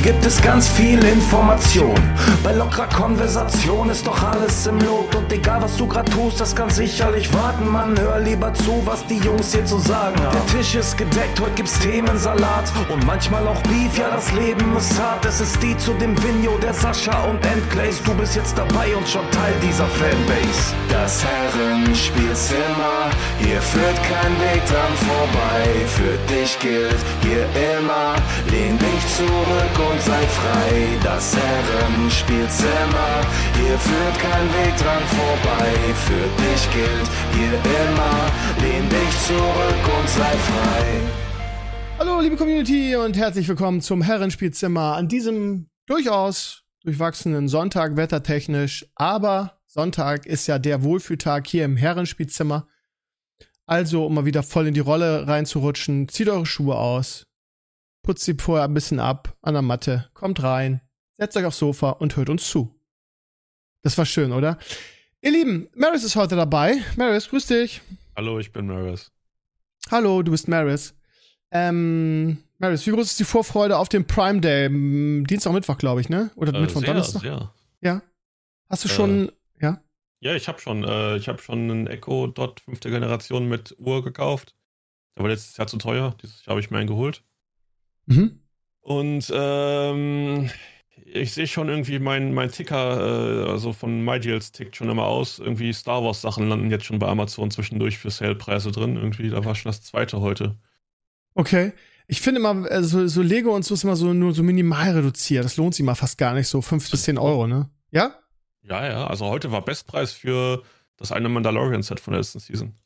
gibt es ganz viel Information. Bei lockerer Konversation ist doch alles im Lot. Und egal was du grad tust, das kann sicherlich warten. Man, hör lieber zu, was die Jungs hier zu sagen haben. Der Tisch ist gedeckt, heute gibt's Themensalat. Und manchmal auch Beef, ja das Leben ist hart. Es ist die zu dem Vinjo, der Sascha und Endglaze. Du bist jetzt dabei und schon Teil dieser Fanbase. Das Herrenspielzimmer, hier führt kein Weg dran vorbei. Für dich gilt hier immer, lehn dich zurück und sei frei. Das Herrenspielzimmer, hier führt kein Weg dran vorbei. Für dich gilt hier immer, lehn dich zurück und sei frei. Hallo liebe Community und herzlich willkommen zum Herrenspielzimmer an diesem durchaus durchwachsenen Sonntag, wettertechnisch, aber Sonntag ist ja der Wohlfühltag hier im Herrenspielzimmer. Also, um mal wieder voll in die Rolle reinzurutschen, zieht eure Schuhe aus, putzt sie vorher ein bisschen ab an der Matte, kommt rein, setzt euch aufs Sofa und hört uns zu. Das war schön, oder? Ihr Lieben, Maris ist heute dabei. Maris, grüß dich. Hallo, ich bin Maris. Hallo, du bist Maris. Maris, wie groß ist die Vorfreude auf den Prime Day? Dienstag, Mittwoch, glaube ich, ne? Oder Mittwoch, Donnerstag? Sehr. Ja. Hast du schon, ja? Ja, ich habe schon einen Echo Dot 5. Generation mit Uhr gekauft. Der war letztes Jahr zu teuer. Dieses Jahr habe ich mir einen geholt. Mhm. Und ich sehe schon irgendwie mein Ticker, also von MyDeals tickt schon immer aus. Irgendwie Star Wars Sachen landen jetzt schon bei Amazon zwischendurch für Sale-Preise drin. Irgendwie, da war schon das zweite heute. Okay. Ich finde immer, so Lego und so ist immer so nur so minimal reduziert. Das lohnt sich mal fast gar nicht, so 5 bis 10 Euro, ne? Ja? Ja, also heute war Bestpreis für das eine Mandalorian-Set von der letzten Season.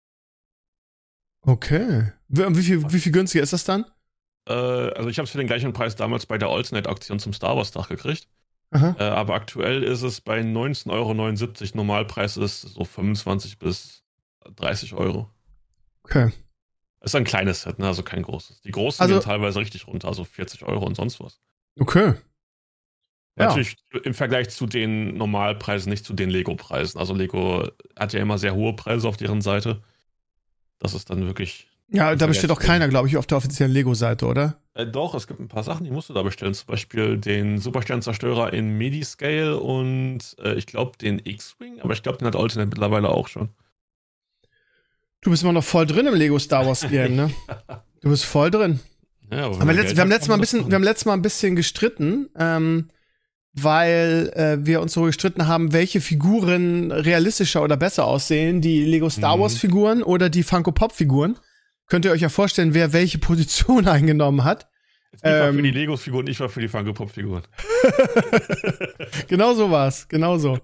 Okay. Wie viel günstiger ist das dann? Also ich habe es für den gleichen Preis damals bei der Alternate-Aktion zum Star Wars-Tag gekriegt. Aha. Aber aktuell ist es bei 19,79 €. Normalpreis ist so 25 bis 30 Euro. Okay. Das ist ein kleines Set, ne? Also kein großes. Die großen gehen teilweise richtig runter, also 40 Euro und sonst was. Okay. Ja. Natürlich im Vergleich zu den Normalpreisen, nicht zu den Lego-Preisen. Also Lego hat ja immer sehr hohe Preise auf deren Seite. Das ist dann wirklich... Ja, da besteht auch keiner, glaube ich, auf der offiziellen Lego-Seite, oder? Doch, es gibt ein paar Sachen, die musst du da bestellen. Zum Beispiel den Supersternzerstörer in Medi-Scale und ich glaube den X-Wing, aber ich glaube den hat Alternate mittlerweile auch schon. Du bist immer noch voll drin im Lego Star Wars Game, ne? Du bist voll drin. Ja, aber wir haben letztes Mal ein bisschen gestritten, weil wir uns so gestritten haben, welche Figuren realistischer oder besser aussehen, die Lego Star Wars Figuren oder die Funko Pop Figuren. Könnt ihr euch ja vorstellen, wer welche Position eingenommen hat. Ich war für die Lego-Figuren, ich war für die Funko Pop-Figuren. Genau so war's, genau so.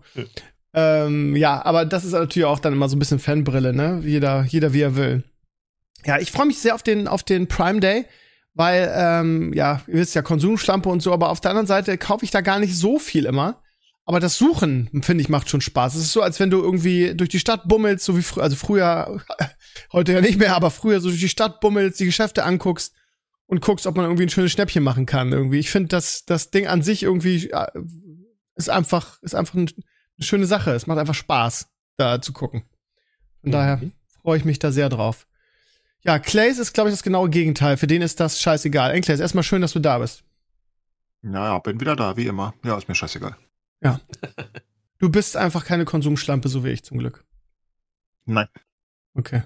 Ja, aber das ist natürlich auch dann immer so ein bisschen Fanbrille, ne? Jeder wie er will. Ja, ich freue mich sehr auf den Prime Day, weil, ja, ihr wisst ja, Konsumschlampe und so, aber auf der anderen Seite kaufe ich da gar nicht so viel immer. Aber das Suchen, finde ich, macht schon Spaß. Es ist so, als wenn du irgendwie durch die Stadt bummelst, so wie früher, heute ja nicht mehr, aber früher so durch die Stadt bummelst, die Geschäfte anguckst und guckst, ob man irgendwie ein schönes Schnäppchen machen kann. Irgendwie. Ich finde, das Ding an sich irgendwie ist einfach eine schöne Sache. Es macht einfach Spaß, da zu gucken. Von daher freue ich mich da sehr drauf. Ja, Clays ist, glaube ich, das genaue Gegenteil. Für den ist das scheißegal. Clays, erstmal schön, dass du da bist. Ja, bin wieder da, wie immer. Ja, ist mir scheißegal. Ja. Du bist einfach keine Konsumschlampe, so wie ich zum Glück. Nein. Okay.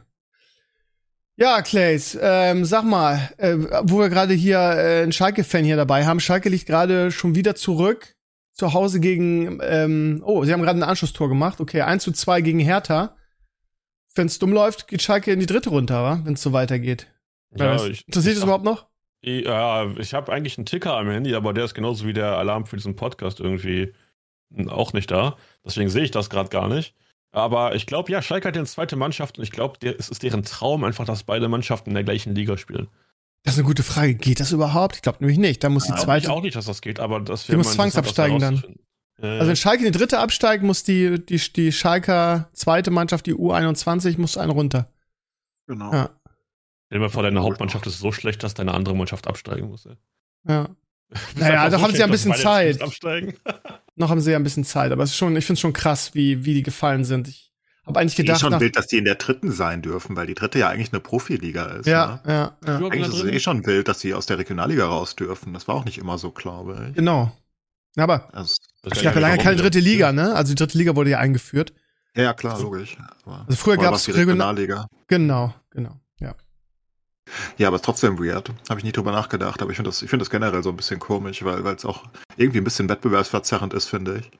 Ja, Clays, sag mal, wo wir gerade hier einen Schalke-Fan hier dabei haben. Schalke liegt gerade schon wieder zurück zu Hause gegen, sie haben gerade ein Anschlusstor gemacht. Okay, 1:2 gegen Hertha. Wenn es dumm läuft, geht Schalke in die 3. runter, wenn es so weitergeht. Ja, interessiert das überhaupt noch? Ja, ich habe eigentlich einen Ticker am Handy, aber der ist genauso wie der Alarm für diesen Podcast irgendwie auch nicht da. Deswegen sehe ich das gerade gar nicht. Aber ich glaube, ja, Schalke hat eine zweite Mannschaft und ich glaube, es ist deren Traum einfach, dass beide Mannschaften in der gleichen Liga spielen. Das ist eine gute Frage. Geht das überhaupt? Ich glaube nämlich nicht. Da muss die zweite. Ich auch nicht, dass das geht, aber das wäre. Die muss zwangsabsteigen dann. Also wenn Schalke in die 3. absteigt, muss die Schalker zweite Mannschaft, die U21, muss einen runter. Genau. Ja. Stell dir mal vor, deine Hauptmannschaft ist so schlecht, dass deine andere Mannschaft absteigen muss. Ja. Naja, da haben sie ja ein bisschen Zeit. Absteigen. Noch haben sie ja ein bisschen Zeit, aber ich finde es schon krass, wie die gefallen sind. Hab eigentlich gedacht, schon wild, dass die in der dritten sein dürfen, weil die dritte ja eigentlich eine Profiliga ist. Ja. Eigentlich ist es schon wild, dass sie aus der Regionalliga raus dürfen. Das war auch nicht immer so, glaube ich. Genau. Aber es gab ja lange keine dritte Liga, ne? Also die dritte Liga wurde ja eingeführt. Ja, klar, logisch. Aber also früher gab es die Regionalliga. Genau, ja. Ja, aber trotzdem weird. Habe ich nie drüber nachgedacht, aber ich finde das generell so ein bisschen komisch, weil es auch irgendwie ein bisschen wettbewerbsverzerrend ist, finde ich.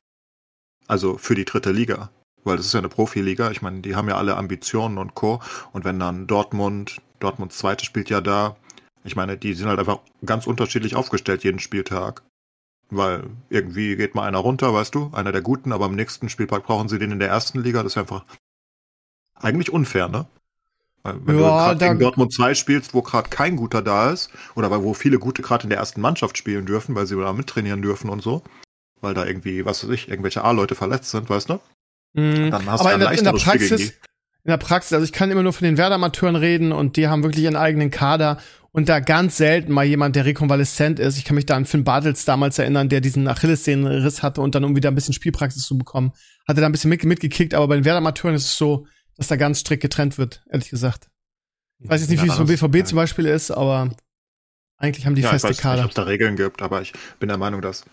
Also für die dritte Liga. Weil das ist ja eine Profiliga. Ich meine, die haben ja alle Ambitionen und Co. Und wenn dann Dortmunds Zweite spielt ja da. Ich meine, die sind halt einfach ganz unterschiedlich aufgestellt jeden Spieltag. Weil irgendwie geht mal einer runter, weißt du, einer der Guten, aber am nächsten Spieltag brauchen sie den in der ersten Liga. Das ist einfach eigentlich unfair, ne? Weil wenn du gerade gegen Dortmund 2 spielst, wo gerade kein Guter da ist, oder wo viele Gute gerade in der ersten Mannschaft spielen dürfen, weil sie da mittrainieren dürfen und so, weil da irgendwie, was weiß ich, irgendwelche A-Leute verletzt sind, weißt du? Dann hast aber du ein leichteres Spiel gegen die. In der Praxis, also ich kann immer nur von den Werder-Amateuren reden und die haben wirklich ihren eigenen Kader und da ganz selten mal jemand, der rekonvaleszent ist. Ich kann mich da an Finn Bartels damals erinnern, der diesen Achillessehnenriss hatte und dann, um wieder ein bisschen Spielpraxis zu bekommen, hat er da ein bisschen mitgekickt, aber bei den Werder-Amateuren ist es so, dass da ganz strikt getrennt wird, ehrlich gesagt. Ich weiß jetzt nicht, wie es beim BVB zum Beispiel ist, aber eigentlich haben die feste Kader. Ich weiß nicht, ob es da Regeln gibt, aber ich bin der Meinung, dass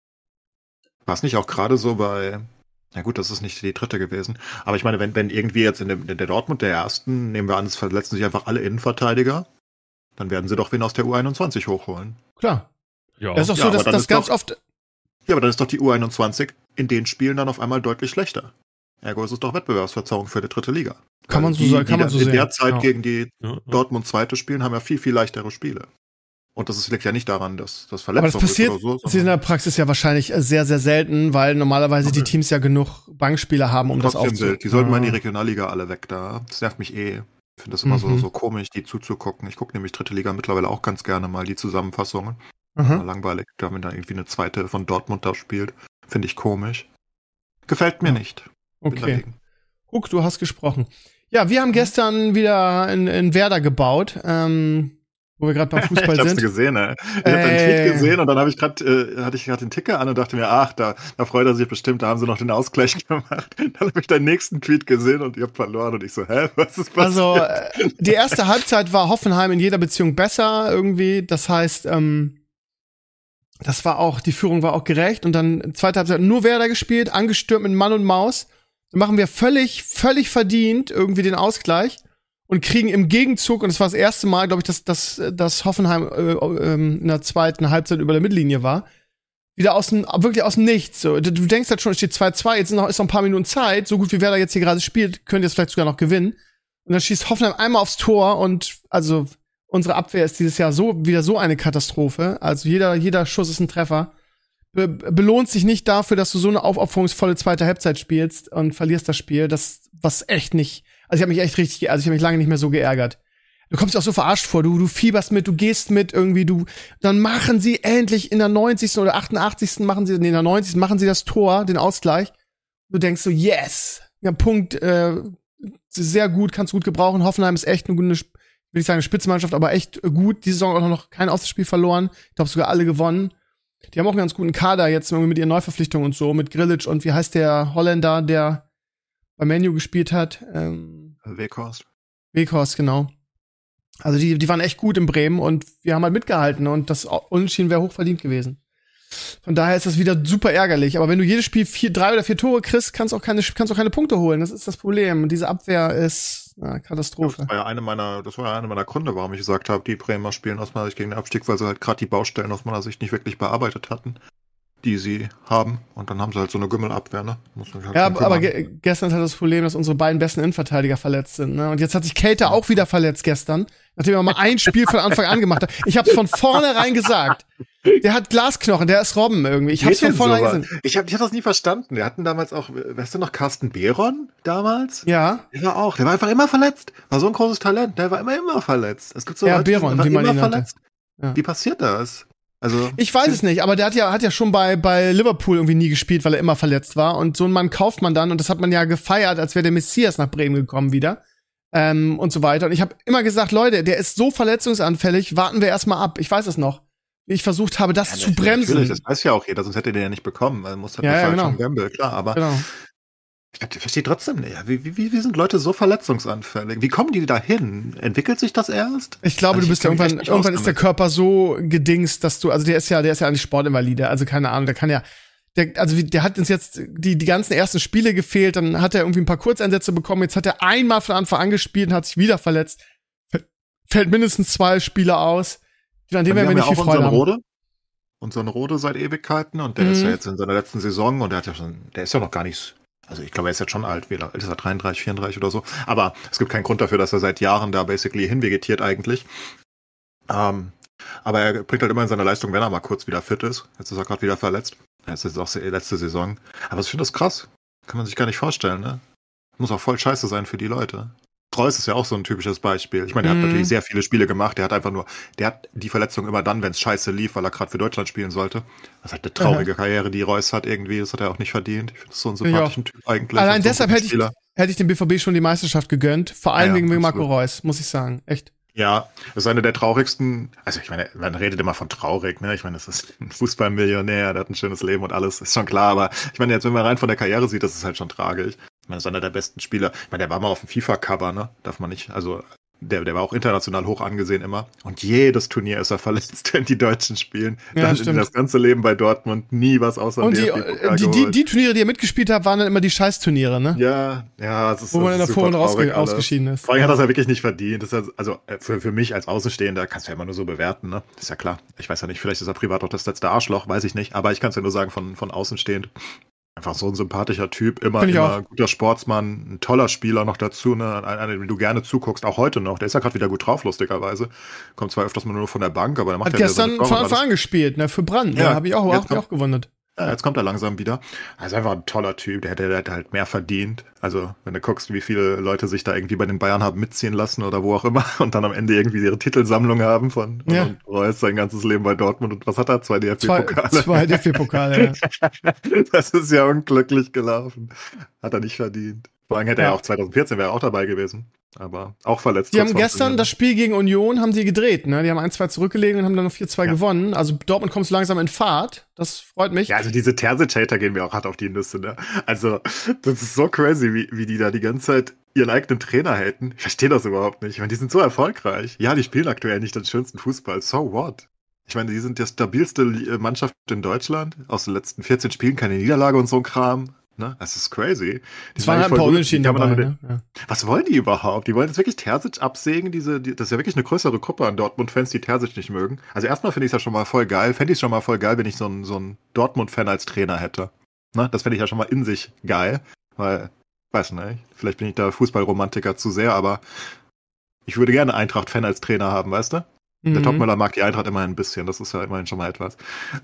war es nicht auch gerade so bei, na gut, das ist nicht die dritte gewesen, aber ich meine, wenn irgendwie jetzt in der Dortmund der ersten, nehmen wir an, es verletzen sich einfach alle Innenverteidiger, dann werden sie doch wen aus der U21 hochholen. Klar. Ja. Das ist auch so, dass das ganz oft. Ja, aber dann ist doch die U21 in den Spielen dann auf einmal deutlich schlechter. Ergo ist es doch Wettbewerbsverzerrung für die dritte Liga. Kann man so sagen, in der Zeit gegen die Dortmund Zweite spielen, haben ja viel, viel leichtere Spiele. Und das liegt ja nicht daran, dass das Verletzung ist oder so. Aber das passiert in der Praxis ja wahrscheinlich sehr, sehr selten, weil normalerweise die Teams ja genug Bankspieler haben, um das aufzunehmen. Die sollten mal in die Regionalliga alle weg da. Das nervt mich eh. Ich finde das immer so komisch, die zuzugucken. Ich gucke nämlich dritte Liga mittlerweile auch ganz gerne mal die Zusammenfassungen. Langweilig, wenn da irgendwie eine zweite von Dortmund da spielt. Finde ich komisch. Gefällt mir nicht. Okay. Huck, du hast gesprochen. Ja, wir haben gestern wieder in Werder gebaut, wo wir gerade beim Fußball sind. Ich hab's gesehen, ey. Ich hab deinen Tweet gesehen und dann hatte ich gerade den Ticker an und dachte mir, ach, da freut er sich bestimmt, da haben sie noch den Ausgleich gemacht. Dann habe ich deinen nächsten Tweet gesehen und ihr habt verloren und ich so, was ist passiert? Also, die erste Halbzeit war Hoffenheim in jeder Beziehung besser irgendwie. Das heißt, die Führung war auch gerecht und dann zweite Halbzeit nur Werder gespielt, angestürmt mit Mann und Maus. Dann machen wir völlig verdient irgendwie den Ausgleich und kriegen im Gegenzug, und das war das erste Mal, glaube ich, dass Hoffenheim in der zweiten Halbzeit über der Mittellinie war, wieder wirklich aus dem Nichts. So. Du denkst halt schon, es steht 2-2, jetzt ist noch ein paar Minuten Zeit, so gut wie Werder jetzt hier gerade spielt, könnt ihr es vielleicht sogar noch gewinnen. Und dann schießt Hoffenheim einmal aufs Tor und also unsere Abwehr ist dieses Jahr wieder so eine Katastrophe. Also jeder Schuss ist ein Treffer. Belohnt sich nicht dafür, dass du so eine aufopferungsvolle zweite Halbzeit spielst und verlierst das Spiel. Was echt nicht. Also ich habe mich lange nicht mehr so geärgert. Du kommst dir auch so verarscht vor, du fieberst mit, du gehst mit irgendwie, dann machen sie endlich in der 90. oder 88. machen sie das Tor, den Ausgleich. Du denkst so, yes, ja, Punkt, sehr gut, kannst gut gebrauchen. Hoffenheim ist echt will ich sagen, eine Spitzenmannschaft, aber echt gut. Die Saison auch noch kein Ausspiel verloren. Ich glaube sogar alle gewonnen. Die haben auch einen ganz guten Kader jetzt mit ihren Neuverpflichtungen und so, mit Grilic und wie heißt der Holländer, der bei Man U gespielt hat? Weghorst, genau. Also die waren echt gut in Bremen und wir haben halt mitgehalten und das Unentschieden wäre hochverdient gewesen. Von daher ist das wieder super ärgerlich. Aber wenn du jedes Spiel 3 oder 4 Tore kriegst, kannst du auch keine Punkte holen. Das ist das Problem. Und diese Abwehr ist eine Katastrophe. Das war ja eine meiner Gründe, warum ich gesagt habe, die Bremer spielen aus meiner Sicht gegen den Abstieg, weil sie halt gerade die Baustellen aus meiner Sicht nicht wirklich bearbeitet hatten, die sie haben. Und dann haben sie halt so eine Gümmelabwehr, ne? Halt aber gestern ist halt das Problem, dass unsere beiden besten Innenverteidiger verletzt sind, ne? Und jetzt hat sich Keita auch wieder verletzt gestern, nachdem er mal ein Spiel von Anfang an gemacht hat. Ich hab's von vornherein gesagt. Der hat Glasknochen, der ist Robben irgendwie. Ich hab's von vornherein gesagt. Ich hab das nie verstanden. Wir hatten damals auch, weißt du noch, Carsten Behron damals? Ja. Der war einfach immer verletzt. War so ein großes Talent. Der war immer verletzt. Es gibt so Leute, Behron, die man immer verletzt. Ja. Wie passiert das? Also, ich weiß es nicht, aber der hat ja schon bei Liverpool irgendwie nie gespielt, weil er immer verletzt war. Und so einen Mann kauft man dann und das hat man ja gefeiert, als wäre der Messias nach Bremen gekommen wieder. Und so weiter. Und ich habe immer gesagt, Leute, der ist so verletzungsanfällig, warten wir erstmal ab. Ich weiß es noch. Wie ich versucht habe, das zu bremsen. Natürlich, das weiß ja auch jeder, sonst hätte der ja nicht bekommen. Man muss halt genau. schon Gamble, klar, aber Ich verstehe trotzdem nicht. Wie sind Leute so verletzungsanfällig? Wie kommen die da hin? Entwickelt sich das erst? Ich glaube, Also du bist ja irgendwann ist der Körper. Körper so gedingst, dass du, also der ist ja eigentlich Sportinvalide, also keine Ahnung, der kann ja, der hat uns jetzt die ganzen ersten Spiele gefehlt, dann hat er irgendwie ein paar Kurzeinsätze bekommen, jetzt hat er einmal von Anfang an gespielt und hat sich wieder verletzt. Fällt mindestens 2 Spiele aus, an denen werden wir nicht viel Freude haben. Unseren Rode seit Ewigkeiten und der ist ja jetzt in seiner letzten Saison und der ist ja noch gar nicht, also ich glaube, er ist jetzt schon alt, wie alt ist er, 33, 34 oder so, aber es gibt keinen Grund dafür, dass er seit Jahren da basically hinvegetiert eigentlich. Aber er bringt halt immer in seiner Leistung, wenn er mal kurz wieder fit ist. Jetzt ist er gerade wieder verletzt. Jetzt ist es auch die letzte Saison. Aber ich finde das krass. Kann man sich gar nicht vorstellen, ne? Muss auch voll scheiße sein für die Leute. Reus ist ja auch so ein typisches Beispiel. Ich meine, der hat natürlich sehr viele Spiele gemacht. Der hat die Verletzung immer dann, wenn es scheiße lief, weil er gerade für Deutschland spielen sollte. Das ist halt eine traurige Karriere, die Reus hat irgendwie. Das hat er auch nicht verdient. Ich finde das so einen sympathischen Typ eigentlich. Allein deshalb hätte ich dem BVB schon die Meisterschaft gegönnt. Vor allem wegen Marco Reus, muss ich sagen. Echt. Ja, das ist eine der traurigsten, also ich meine, man redet immer von traurig, ne? Ich meine, das ist ein Fußballmillionär, der hat ein schönes Leben und alles, ist schon klar, aber ich meine, jetzt, wenn man rein von der Karriere sieht, das ist halt schon tragisch. Ich meine, das ist einer der besten Spieler. Ich meine, der war mal auf dem FIFA-Cover, ne? Darf man nicht, also der war auch international hoch angesehen immer. Und jedes Turnier ist er verletzt, wenn die Deutschen spielen. Ja, dann das ganze Leben bei Dortmund nie was außer und die Turniere, die er mitgespielt hat, waren dann immer die Scheißturniere, ne? Ja, das ist wo man in der Vorrunde ausgeschieden ist. Vor allem hat das ja wirklich nicht verdient. Das ist also für mich als Außenstehender kannst du ja immer nur so bewerten, ne? Ist ja klar. Ich weiß ja nicht, vielleicht ist er privat auch das letzte Arschloch, weiß ich nicht. Aber ich kann es ja nur sagen, von außen stehend. Einfach so ein sympathischer Typ, immer guter Sportsmann, ein toller Spieler noch dazu, ne? Einer, dem du gerne zuguckst, auch heute noch. Der ist ja gerade wieder gut drauf, lustigerweise. Kommt zwar öfters mal nur von der Bank, aber der macht ja gestern von Anfang an gespielt, ne? Für Brandt, ja, habe ich auch gewundert. Ja, jetzt kommt er langsam wieder. Also einfach ein toller Typ, der hätte halt mehr verdient. Also, wenn du guckst, wie viele Leute sich da irgendwie bei den Bayern haben mitziehen lassen oder wo auch immer und dann am Ende irgendwie ihre Titelsammlung haben von Reus sein ganzes Leben bei Dortmund. Und was hat er? 2 DFB-Pokale. 2 DFB-Pokale, ja. Das ist ja unglücklich gelaufen. Hat er nicht verdient. Vor allem hätte er auch 2014 wäre er auch dabei gewesen. Aber auch verletzt. Die haben gestern das Spiel gegen Union haben die gedreht, ne? Die haben 1-2 zurückgelegen und haben dann noch 4-2 gewonnen. Also Dortmund kommt so langsam in Fahrt. Das freut mich. Ja, also diese Terzic-Hater gehen mir auch hart auf die Nüsse, ne? Also, das ist so crazy, wie die da die ganze Zeit ihren eigenen Trainer haten. Ich verstehe das überhaupt nicht. Ich meine, die sind so erfolgreich. Ja, die spielen aktuell nicht den schönsten Fußball. So what? Ich meine, die sind die stabilste Mannschaft in Deutschland. Aus den letzten 14 Spielen keine Niederlage und so ein Kram. Ne? Das ist crazy. Das waren halt ein paar Unentschieden dabei, ne? Ja. Was wollen die überhaupt? Die wollen jetzt wirklich Terzic absägen? Das ist ja wirklich eine größere Gruppe an Dortmund-Fans, die Terzic nicht mögen. Also erstmal finde ich es ja schon mal voll geil. Fände ich es schon mal voll geil, wenn ich so einen Dortmund-Fan als Trainer hätte. Ne? Das fände ich ja schon mal in sich geil. Weil, weiß nicht, vielleicht bin ich da Fußballromantiker zu sehr, aber ich würde gerne Eintracht-Fan als Trainer haben, weißt du? Der Topmöller mag die Eintracht immerhin ein bisschen. Das ist ja immerhin schon mal etwas.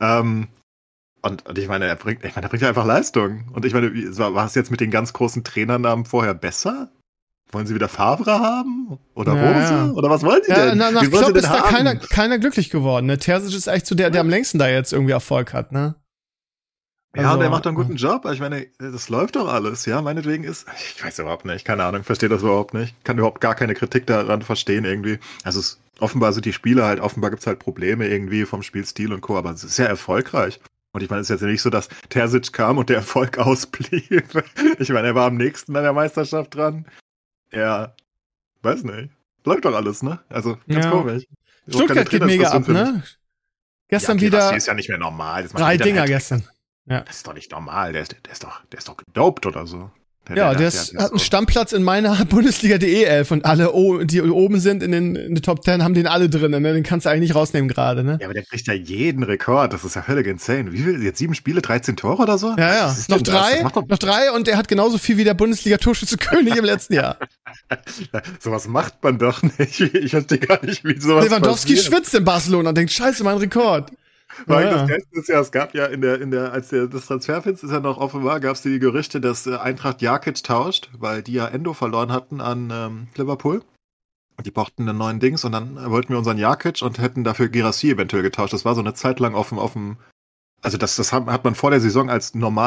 Und ich meine, er bringt ja einfach Leistung. Und ich meine, war es jetzt mit den ganz großen Trainernamen vorher besser? Wollen sie wieder Favre haben? Oder Rose? Ja. Oder was wollen sie denn? Nach Klopp ist da keiner glücklich geworden. Ne? Terzic ist echt so der am längsten da jetzt irgendwie Erfolg hat, ne? Ja, also, und er macht einen guten Job. Ich meine, das läuft doch alles, ja. Meinetwegen ich weiß überhaupt nicht, keine Ahnung, verstehe das überhaupt nicht. Kann überhaupt gar keine Kritik daran verstehen irgendwie. Also offenbar sind die Spieler halt, offenbar gibt's halt Probleme irgendwie vom Spielstil und Co., aber es ist sehr erfolgreich. Und ich meine, es ist jetzt nicht so, dass Terzic kam und der Erfolg ausblieb. Ich meine, er war am nächsten an der Meisterschaft dran. Ja, weiß nicht. Läuft doch alles, ne? Also, ganz komisch. Stuttgart geht mega ab, ne? Gestern wieder. Das ist ja nicht mehr normal. 3 Dinger gestern. Ja. Das ist doch nicht normal. Der ist doch gedopt oder so. Der hat einen Stammplatz in meiner Bundesliga.de 11 und alle, die oben sind in den Top 10, haben den alle drin, ne? Den kannst du eigentlich nicht rausnehmen gerade, ne? Ja, aber der kriegt ja jeden Rekord. Das ist ja völlig insane. Wie viel? Jetzt 7 Spiele, 13 Tore oder so? Ja. Noch 3 und der hat genauso viel wie der Bundesliga-Torschütze-König im letzten Jahr. Sowas macht man doch nicht. Ich verstehe gar nicht, wie sowas Lewandowski schwitzt in Barcelona und denkt, scheiße, mein Rekord. Weil das Geilste ist ja, es gab ja als das Transferfenster ja noch offen war, gab es die Gerüchte, dass Eintracht Jakic tauscht, weil die ja Endo verloren hatten an Liverpool. Und die brauchten einen neuen Dings und dann wollten wir unseren Jakic und hätten dafür Guirassy eventuell getauscht. Das war so eine Zeit lang offen. Also das hat man vor der Saison als normalen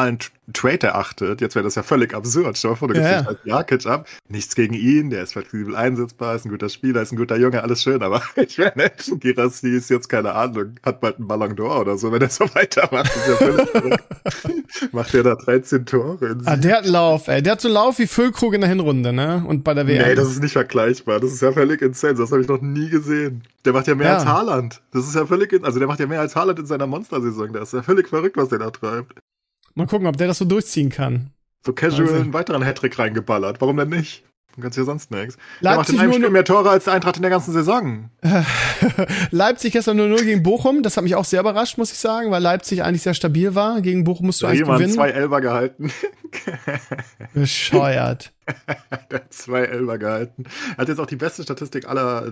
Trade erachtet, jetzt wäre das ja völlig absurd. Stell dir vor, du gibst dich als Jakic ab. Nichts gegen ihn, der ist flexibel einsetzbar, ist ein guter Spieler, ist ein guter Junge, alles schön, aber ich meine, Girassi ist jetzt, keine Ahnung, hat bald einen Ballon d'Or oder so, wenn er so weitermacht, ist ja völlig verrückt. Macht der da 13 Tore? Der hat einen Lauf, ey. Der hat so einen Lauf wie Füllkrug in der Hinrunde, ne? Und bei der WM. Nee, das ist nicht vergleichbar. Das ist ja völlig insane. Das habe ich noch nie gesehen. Der macht ja mehr als Haaland. Das ist ja völlig, also der macht ja mehr als Haaland in seiner Monstersaison. Der ist ja völlig verrückt, was der da treibt. Mal gucken, ob der das so durchziehen kann. So casual einen weiteren Hattrick reingeballert. Warum denn nicht? Du kannst ja sonst nichts. Der macht in einem Spiel mehr Tore als der Eintracht in der ganzen Saison. Leipzig gestern 0-0 gegen Bochum. Das hat mich auch sehr überrascht, muss ich sagen, weil Leipzig eigentlich sehr stabil war. Gegen Bochum musst du eigentlich gewinnen. Jemand 2 Elfer gehalten. Bescheuert. Der hat 2 Elfer gehalten. Er hat jetzt auch die beste Statistik aller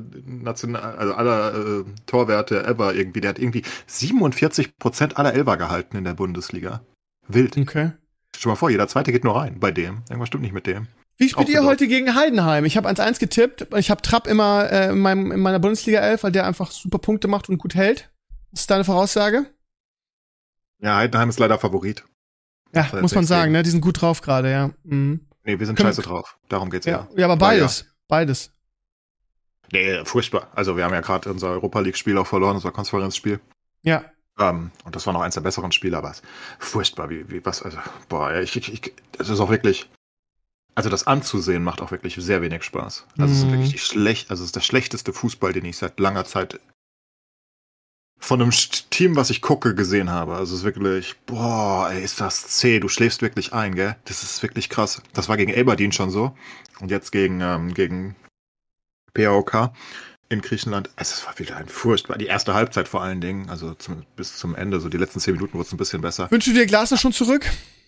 Torwerte ever irgendwie. Der hat irgendwie 47% aller Elfer gehalten in der Bundesliga. Wild. Okay. Stell dir mal vor, jeder Zweite geht nur rein bei dem. Irgendwas stimmt nicht mit dem. Wie spielt ihr heute gegen Heidenheim? Ich habe 1-1 getippt. Ich habe Trapp immer in meiner Bundesliga 11, weil der einfach super Punkte macht und gut hält. Was ist deine Voraussage? Ja, Heidenheim ist leider Favorit. Ja, muss man sagen, ne? Die sind gut drauf gerade, ja. Mhm. Nee, wir sind scheiße drauf. Darum geht's ja. Ja, aber beides. Beides. Nee, furchtbar. Also wir haben ja gerade unser Europa-League-Spiel auch verloren, unser Konferenzspiel. Ja. Und das war noch eins der besseren Spiele, aber es ist furchtbar, das ist auch wirklich, also das anzusehen macht auch wirklich sehr wenig Spaß. Also es ist wirklich es ist der schlechteste Fußball, den ich seit langer Zeit von einem Team, was ich gucke, gesehen habe. Also es ist wirklich, ist das zäh, du schläfst wirklich ein, gell? Das ist wirklich krass. Das war gegen Aberdeen schon so und jetzt gegen PAOK. In Griechenland, es war wieder ein furchtbar. Die erste Halbzeit vor allen Dingen, also bis zum Ende, so die letzten 10 Minuten wurde es ein bisschen besser. Wünschst du dir Glasner schon zurück?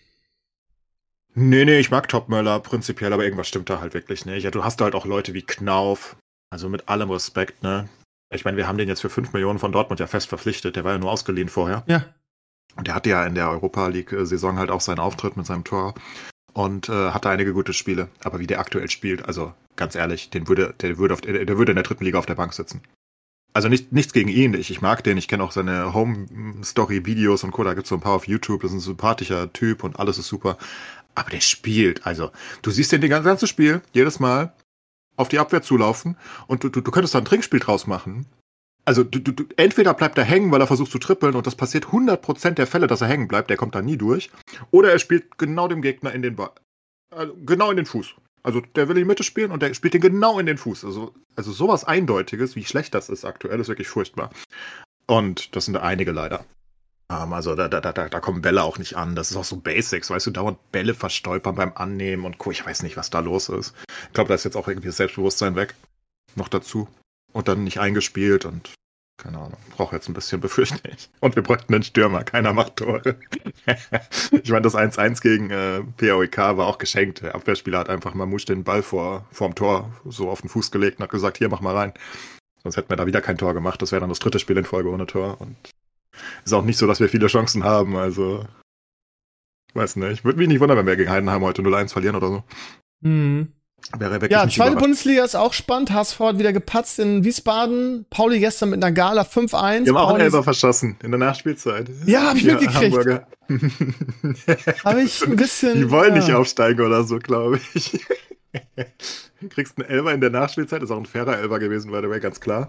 Nee, ich mag Topmöller prinzipiell, aber irgendwas stimmt da halt wirklich nicht. Ja, du hast halt auch Leute wie Knauf, also mit allem Respekt, ne? Ich meine, wir haben den jetzt für 5 Millionen von Dortmund ja fest verpflichtet, der war ja nur ausgeliehen vorher. Ja. Und der hatte ja in der Europa-League-Saison halt auch seinen Auftritt mit seinem Tor und hatte einige gute Spiele. Aber wie der aktuell spielt, also ganz ehrlich, der würde in der 3. Liga auf der Bank sitzen. Also nichts gegen ihn, ich mag den, ich kenne auch seine Home-Story-Videos und Co., da gibt's so ein paar auf YouTube, das ist ein sympathischer Typ und alles ist super. Aber der spielt, also du siehst den ganze Spiel, jedes Mal auf die Abwehr zulaufen und du könntest da ein Trinkspiel draus machen. Also du entweder bleibt er hängen, weil er versucht zu trippeln und das passiert 100% der Fälle, dass er hängen bleibt, der kommt da nie durch. Oder er spielt genau dem Gegner in den genau in den Fuß. Also der will in die Mitte spielen und der spielt den genau in den Fuß. Also sowas Eindeutiges, wie schlecht das ist aktuell, ist wirklich furchtbar. Und das sind einige leider. Also da kommen Bälle auch nicht an. Das ist auch so Basics, weißt du, dauernd Bälle verstolpern beim Annehmen und Co. Ich weiß nicht, was da los ist. Ich glaube, da ist jetzt auch irgendwie das Selbstbewusstsein weg. Noch dazu. Und dann nicht eingespielt und keine Ahnung, brauche jetzt ein bisschen, befürchte ich. Und wir bräuchten einen Stürmer, keiner macht Tore. Ich meine, das 1-1 gegen PAOK war auch geschenkt. Der Abwehrspieler hat einfach Mamouche den Ball vorm Tor so auf den Fuß gelegt und hat gesagt, hier, mach mal rein. Sonst hätten wir da wieder kein Tor gemacht. Das wäre dann das 3. Spiel in Folge ohne Tor. Und ist auch nicht so, dass wir viele Chancen haben. Also, weiß nicht. Würde mich nicht wundern, wenn wir gegen Heidenheim heute 0-1 verlieren oder so. Mhm. Wäre wirklich ja, nicht zweite Bundesliga ist auch spannend. HSV hat wieder gepatzt in Wiesbaden. Pauli gestern mit einer Gala 5-1. Die haben auch einen Elfer verschossen in der Nachspielzeit. Ja, hab ich mitgekriegt. Habe ich ein bisschen. Die wollen nicht aufsteigen oder so, glaube ich. Du kriegst einen Elfer in der Nachspielzeit, ist auch ein fairer Elfer gewesen, by the way, ganz klar.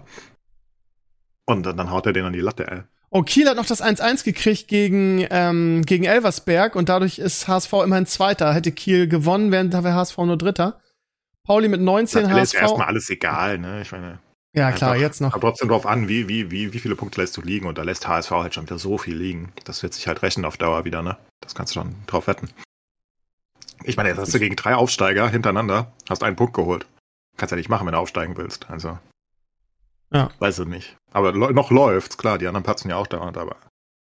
Und dann haut er den an die Latte, ey. Oh, Kiel hat noch das 1-1 gekriegt gegen Elversberg und dadurch ist HSV immerhin Zweiter. Hätte Kiel gewonnen, wäre HSV nur Dritter. Pauli mit 19, das HSV. Ist erstmal alles egal, ne? Ich meine. Ja, klar, jetzt noch. Aber trotzdem drauf an, wie viele Punkte lässt du liegen und da lässt HSV halt schon wieder so viel liegen. Das wird sich halt rechnen auf Dauer wieder, ne? Das kannst du schon drauf wetten. Ich meine, jetzt hast du gegen 3 Aufsteiger hintereinander, hast einen Punkt geholt. Kannst ja nicht machen, wenn du aufsteigen willst. Also. Ja. Weiß ich nicht. Aber noch läuft's, klar, die anderen patzen ja auch dauernd, aber.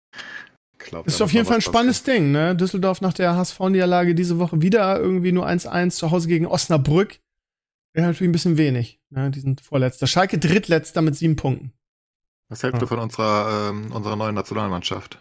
Ist auf jeden Fall ein spannendes Ding, ne? Düsseldorf nach der HSV-Niederlage diese Woche wieder irgendwie nur 1-1 zu Hause gegen Osnabrück. Wäre natürlich ein bisschen wenig, ne? Die sind Vorletzter. Schalke Drittletzter mit 7 Punkten. Was hältst du von unserer neuen Nationalmannschaft?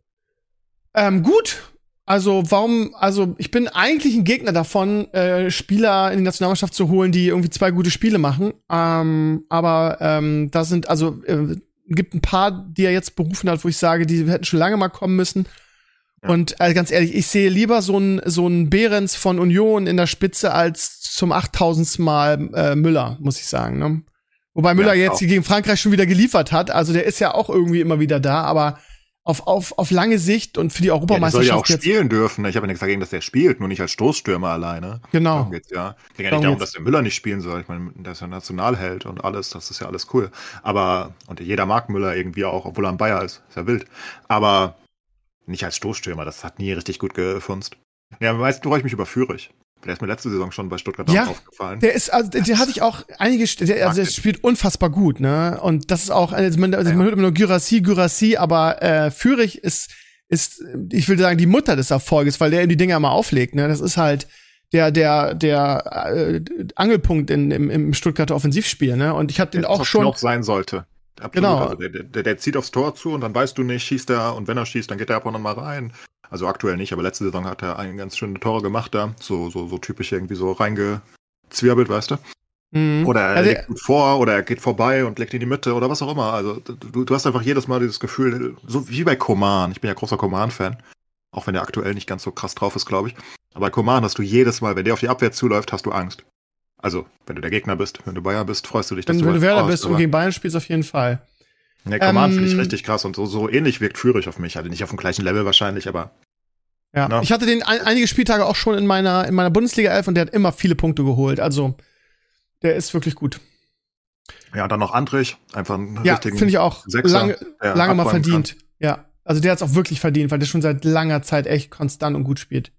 Gut. Also ich bin eigentlich ein Gegner davon, Spieler in die Nationalmannschaft zu holen, die irgendwie 2 gute Spiele machen. Aber da sind, gibt ein paar, die er jetzt berufen hat, wo ich sage, die hätten schon lange mal kommen müssen. Und ganz ehrlich, ich sehe lieber so einen Behrens von Union in der Spitze als zum 8000. Mal Müller, muss ich sagen. Ne? Wobei Müller jetzt gegen Frankreich schon wieder geliefert hat. Also der ist ja auch irgendwie immer wieder da, aber auf lange Sicht und für die Europameisterschaft. Der soll ja auch spielen dürfen. Ich habe ja nichts dagegen, dass der spielt, nur nicht als Stoßstürmer alleine. Genau. Darum geht's ja. Es ging ja nicht darum, dass der Müller nicht spielen soll. Ich meine, der ist ja Nationalheld und alles, das ist ja alles cool. Aber, und jeder mag Müller irgendwie auch, obwohl er ein Bayer ist. Ist ja wild. Aber nicht als Stoßstürmer, das hat nie richtig gut gefunzt. Ja, meistens freue ich mich über Führig. Der ist mir letzte Saison schon bei Stuttgart auch aufgefallen. Der ist, also, der hatte ich auch der spielt unfassbar gut, ne? Und das ist auch, man hört immer nur Guirassy, aber Führig ist, ich will sagen, die Mutter des Erfolges, weil der ihm die Dinger immer auflegt, ne? Das ist halt der Angelpunkt im Stuttgarter Offensivspiel, ne? Und ich habe den auch schon. Auch sein sollte. Absolut. Genau. Also der zieht aufs Tor zu und dann weißt du nicht, schießt er, und wenn er schießt, dann geht er ab und an mal rein. Also aktuell nicht, aber letzte Saison hat er ganz schöne Tore gemacht da. So typisch irgendwie so reingezwirbelt, weißt du? Mhm. Oder er legt gut vor oder er geht vorbei und legt in die Mitte oder was auch immer. Also du hast einfach jedes Mal dieses Gefühl, so wie bei Coman. Ich bin ja großer Coman-Fan. Auch wenn der aktuell nicht ganz so krass drauf ist, glaube ich. Aber bei Coman hast du jedes Mal, wenn der auf die Abwehr zuläuft, hast du Angst. Also, wenn du der Gegner bist, wenn du Bayern bist, freust du dich, dass wenn du Werder bist und gegen Bayern spielst, auf jeden Fall. Ne, Coman finde ich richtig krass und so ähnlich wirkt Führig auf mich. Also nicht auf dem gleichen Level wahrscheinlich, aber. Ja, na? Ich hatte den einige Spieltage auch schon in meiner Bundesliga 11 und der hat immer viele Punkte geholt. Also, der ist wirklich gut. Ja, dann noch Andrich, einfach einen richtigen finde ich auch. Sechser, lange mal verdient. Kann. Ja, also der hat es auch wirklich verdient, weil der schon seit langer Zeit echt konstant und gut spielt.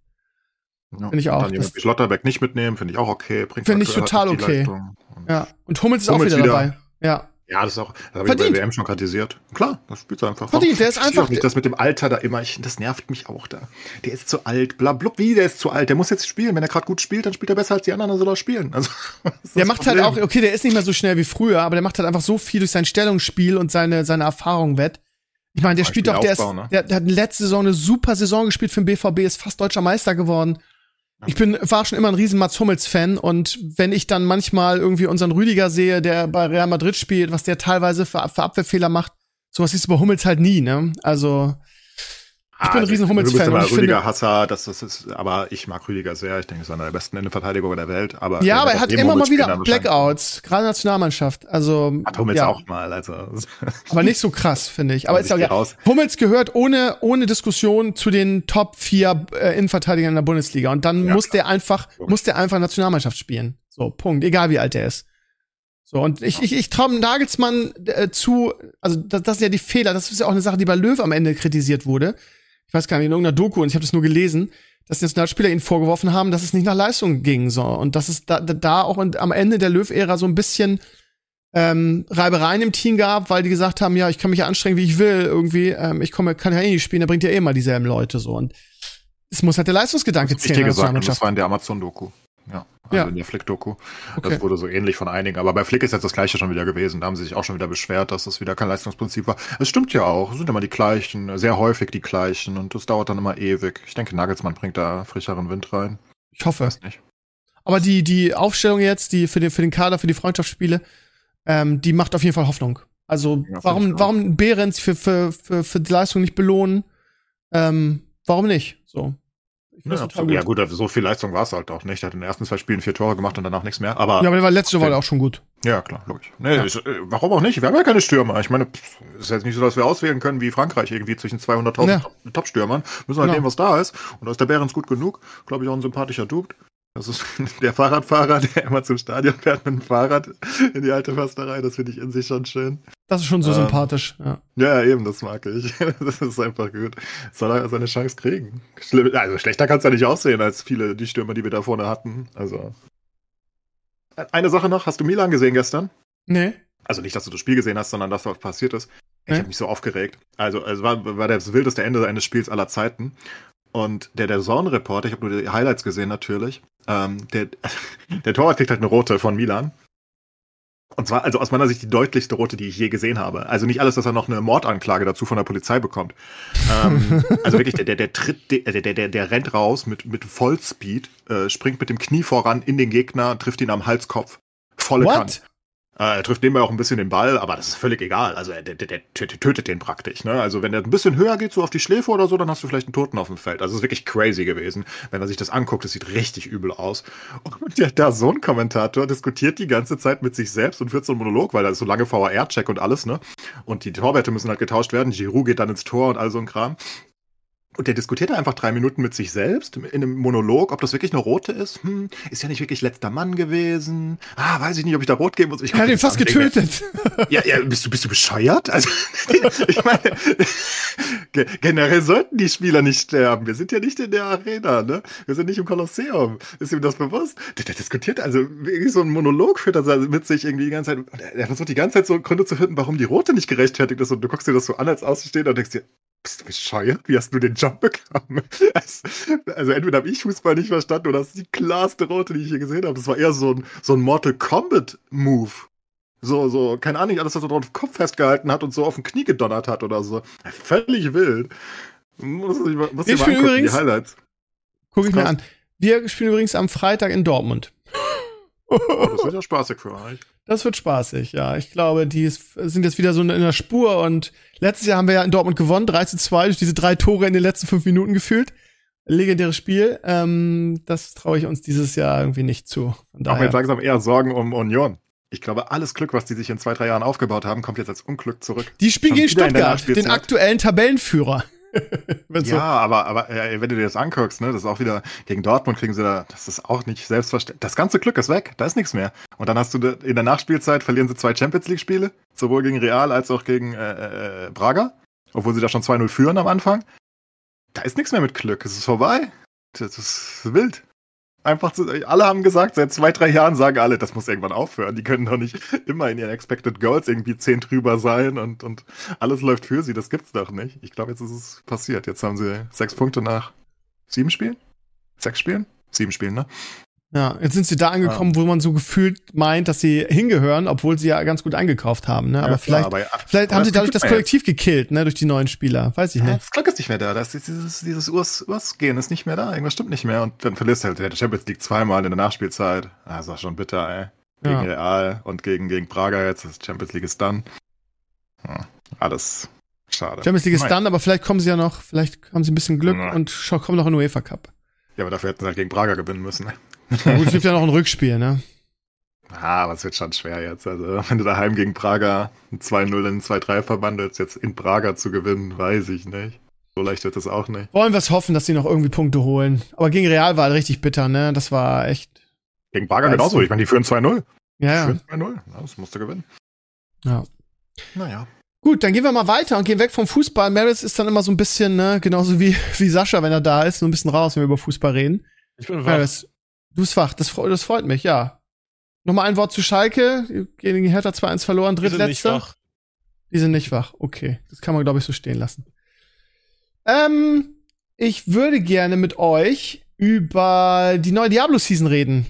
Ja, finde ich auch. Dann jemand wie Schlotterbeck nicht mitnehmen, finde ich auch okay. Finde ich total okay. Ja, und Hummels ist auch wieder dabei. Ja. Ja, das habe ich bei WM schon kritisiert. Klar, das spielt einfach. Verdient, der ist einfach. Nicht, das mit dem Alter da immer, das nervt mich auch da. Der ist zu alt, blablabla, der ist zu alt. Der muss jetzt spielen. Wenn er gerade gut spielt, dann spielt er besser als die anderen, dann soll er spielen. Also, der macht halt auch, okay, der ist nicht mehr so schnell wie früher, aber der macht halt einfach so viel durch sein Stellungsspiel und seine Erfahrung wett. Ich meine, der spielt doch, der hat letzte Saison eine super Saison gespielt für den BVB, ist fast deutscher Meister geworden. Ich war schon immer ein riesen Mats Hummels-Fan und wenn ich dann manchmal irgendwie unseren Rüdiger sehe, der bei Real Madrid spielt, was der teilweise für Abwehrfehler macht, sowas siehst du bei Hummels halt nie, ne? Also, ich bin ein riesen Hummels-Fan. Du bist Rüdiger-Hasser, aber ich mag Rüdiger sehr. Ich denke, er ist einer der besten Innenverteidiger der Welt. Aber ja, aber er hat immer mal wieder Blackouts, gerade Nationalmannschaft. Also hat Hummels auch mal, also. Aber nicht so krass, finde ich. Aber ist ja, Hummels gehört ohne Diskussion zu den Top 4 Innenverteidigern in der Bundesliga. Und dann muss der einfach Nationalmannschaft spielen. So, Punkt. Egal wie alt er ist. So, und ich traue Nagelsmann zu, also das sind ja die Fehler, das ist ja auch eine Sache, die bei Löw am Ende kritisiert wurde. Ich weiß gar nicht, in irgendeiner Doku, und ich habe das nur gelesen, dass die Nationalspieler ihnen vorgeworfen haben, dass es nicht nach Leistung ging, so. Und dass es da auch am Ende der Löw-Ära so ein bisschen Reibereien im Team gab, weil die gesagt haben, ja, ich kann mich ja anstrengen, wie ich will, irgendwie, kann ja eh nicht spielen, da bringt ja eh mal dieselben Leute, so. Und es muss halt der Leistungsgedanke zählen. Das war in der Amazon-Doku. Ja, also in der Flick-Doku. Okay. Das wurde so ähnlich von einigen. Aber bei Flick ist jetzt das Gleiche schon wieder gewesen. Da haben sie sich auch schon wieder beschwert, dass das wieder kein Leistungsprinzip war. Es stimmt ja auch. Es sind immer die gleichen, sehr häufig die gleichen. Und das dauert dann immer ewig. Ich denke, Nagelsmann bringt da frischeren Wind rein. Ich hoffe. Weiß nicht. Aber die Aufstellung jetzt, die für den Kader, für die Freundschaftsspiele, die macht auf jeden Fall Hoffnung. Also, ja, warum Behrens für die Leistung nicht belohnen? Warum nicht? So. Ja, gut, so viel Leistung war es halt auch nicht. Er hat in den ersten 2 Spielen 4 Tore gemacht und danach nichts mehr. Aber der war letzte Woche auch schon gut. Ja, klar, logisch. Nee, warum auch nicht? Wir haben ja keine Stürmer. Ich meine, es ist jetzt nicht so, dass wir auswählen können wie Frankreich irgendwie zwischen 200.000 Top-Stürmern. Müssen halt nehmen, was da ist. Und da ist der Behrens gut genug. Glaube ich, auch ein sympathischer Dude. Das ist der Fahrradfahrer, der immer zum Stadion fährt mit dem Fahrrad in die alte Försterei. Das finde ich in sich schon schön. Das ist schon so sympathisch, ja. Ja, eben, das mag ich. Das ist einfach gut. Soll er seine Chance kriegen? Also schlechter kann es ja nicht aussehen als viele die Stürmer, die wir da vorne hatten. Also eine Sache noch. Hast du Milan gesehen gestern? Nee. Also nicht, dass du das Spiel gesehen hast, sondern dass was passiert ist. Ich habe mich so aufgeregt. Also es war das wildeste Ende eines Spiels aller Zeiten. Und der Zone-Reporter, ich habe nur die Highlights gesehen natürlich, der Torwart kriegt halt eine rote von Milan. Und zwar, also aus meiner Sicht die deutlichste rote, die ich je gesehen habe. Also nicht alles, dass er noch eine Mordanklage dazu von der Polizei bekommt. Also wirklich, der rennt raus mit Vollspeed, springt mit dem Knie voran in den Gegner, trifft ihn am Halskopf. Volle Kante. Er trifft nebenbei auch ein bisschen den Ball, aber das ist völlig egal. Also der tötet den praktisch. Ne? Also wenn der ein bisschen höher geht, so auf die Schläfe oder so, dann hast du vielleicht einen Toten auf dem Feld. Also es ist wirklich crazy gewesen. Wenn man sich das anguckt, das sieht richtig übel aus. Und der DAZN-Kommentator diskutiert die ganze Zeit mit sich selbst und führt so einen Monolog, weil da ist so lange VAR-Check und alles, ne? Und die Torwerte müssen halt getauscht werden. Giroud geht dann ins Tor und all so ein Kram. Und der diskutiert da einfach 3 Minuten mit sich selbst in einem Monolog, ob das wirklich eine rote ist. Ist ja nicht wirklich letzter Mann gewesen. Weiß ich nicht, ob ich da rot geben muss. Er hat ihn fast getötet. Ja, bist du bescheuert? Also, ich meine, generell sollten die Spieler nicht sterben. Wir sind ja nicht in der Arena, ne? Wir sind nicht im Kolosseum. Ist ihm das bewusst? Der diskutiert also wirklich so einen Monolog, führt er mit sich irgendwie die ganze Zeit. Er versucht die ganze Zeit so Gründe zu finden, warum die rote nicht gerechtfertigt ist. Und du guckst dir das so an als Außenstehender und denkst dir, bist du bescheuert? Wie hast du den Job bekommen? Also entweder habe ich Fußball nicht verstanden oder das ist die klarste Rote, die ich hier gesehen habe. Das war eher so ein Mortal Kombat Move. So, keine Ahnung, alles, was er drauf Kopf festgehalten hat und so auf dem Knie gedonnert hat oder so. Völlig wild. Muss ich mal angucken, übrigens, die Highlights. Guck ich mir an. Wir spielen übrigens am Freitag in Dortmund. Oh, das wird ja spaßig für euch. Das wird spaßig, ja. Ich glaube, die sind jetzt wieder so in der Spur und letztes Jahr haben wir ja in Dortmund gewonnen, 3:2, durch diese 3 Tore in den letzten 5 Minuten gefühlt. Legendäres Spiel. Das traue ich uns dieses Jahr irgendwie nicht zu. Ich mache mir jetzt langsam eher Sorgen um Union. Ich glaube, alles Glück, was die sich in 2-3 Jahren aufgebaut haben, kommt jetzt als Unglück zurück. Die spielen gegen Stuttgart, den aktuellen Tabellenführer. Ja, aber wenn du dir das anguckst, ne, das ist auch wieder gegen Dortmund kriegen sie da, das ist auch nicht selbstverständlich. Das ganze Glück ist weg, da ist nichts mehr. Und dann hast du in der Nachspielzeit verlieren sie 2 Champions-League-Spiele, sowohl gegen Real als auch gegen Braga, obwohl sie da schon 2-0 führen am Anfang. Da ist nichts mehr mit Glück, es ist vorbei. Das ist wild. Einfach alle haben gesagt, seit 2-3 Jahren sagen alle, das muss irgendwann aufhören. Die können doch nicht immer in ihren Expected Goals irgendwie 10 drüber sein und alles läuft für sie. Das gibt's doch nicht. Ich glaube, jetzt ist es passiert. Jetzt haben sie 6 Punkte nach 7 Spielen? 6 Spielen? 7 Spielen, ne? Ja, jetzt sind sie da angekommen, wo man so gefühlt meint, dass sie hingehören, obwohl sie ja ganz gut eingekauft haben, ne? Aber ja, vielleicht haben sie dadurch das Kollektiv gekillt, ne? Durch die neuen Spieler. Weiß ich nicht. Das Glück ist nicht mehr da. Das ist dieses Urs-Gehen ist nicht mehr da. Irgendwas stimmt nicht mehr. Und dann verlierst du halt der Champions League 2-mal in der Nachspielzeit. Das war schon bitter, ey. Gegen Real und gegen Braga jetzt. Das Champions League ist dann. Alles schade. Champions League ist dann, aber vielleicht kommen sie ja noch, vielleicht haben sie ein bisschen Glück und kommen noch in den UEFA Cup. Ja, aber dafür hätten sie halt gegen Braga gewinnen müssen, ne? Ja, gut, es gibt ja noch ein Rückspiel, ne? Aber es wird schon schwer jetzt. Also, wenn du daheim gegen Braga ein 2-0 in 2-3 verwandelst, jetzt in Braga zu gewinnen, weiß ich nicht. So leicht wird es auch nicht. Wollen wir es hoffen, dass sie noch irgendwie Punkte holen. Aber gegen Real war halt richtig bitter, ne? Das war echt. Gegen Braga genauso. Ich meine, die führen 2-0. Ja. Die führen 2-0. Ja, das musst du gewinnen. Ja. Naja. Gut, dann gehen wir mal weiter und gehen weg vom Fußball. Maris ist dann immer so ein bisschen, ne, genauso wie Sascha, wenn er da ist, so ein bisschen raus, wenn wir über Fußball reden. Ich bin wach. Maris, du bist wach, das freut mich, ja. Nochmal ein Wort zu Schalke, gegen Hertha 2-1 verloren, drittletzter. Die sind nicht wach, okay. Das kann man, glaube ich, so stehen lassen. Ich würde gerne mit euch über die neue Diablo-Season reden.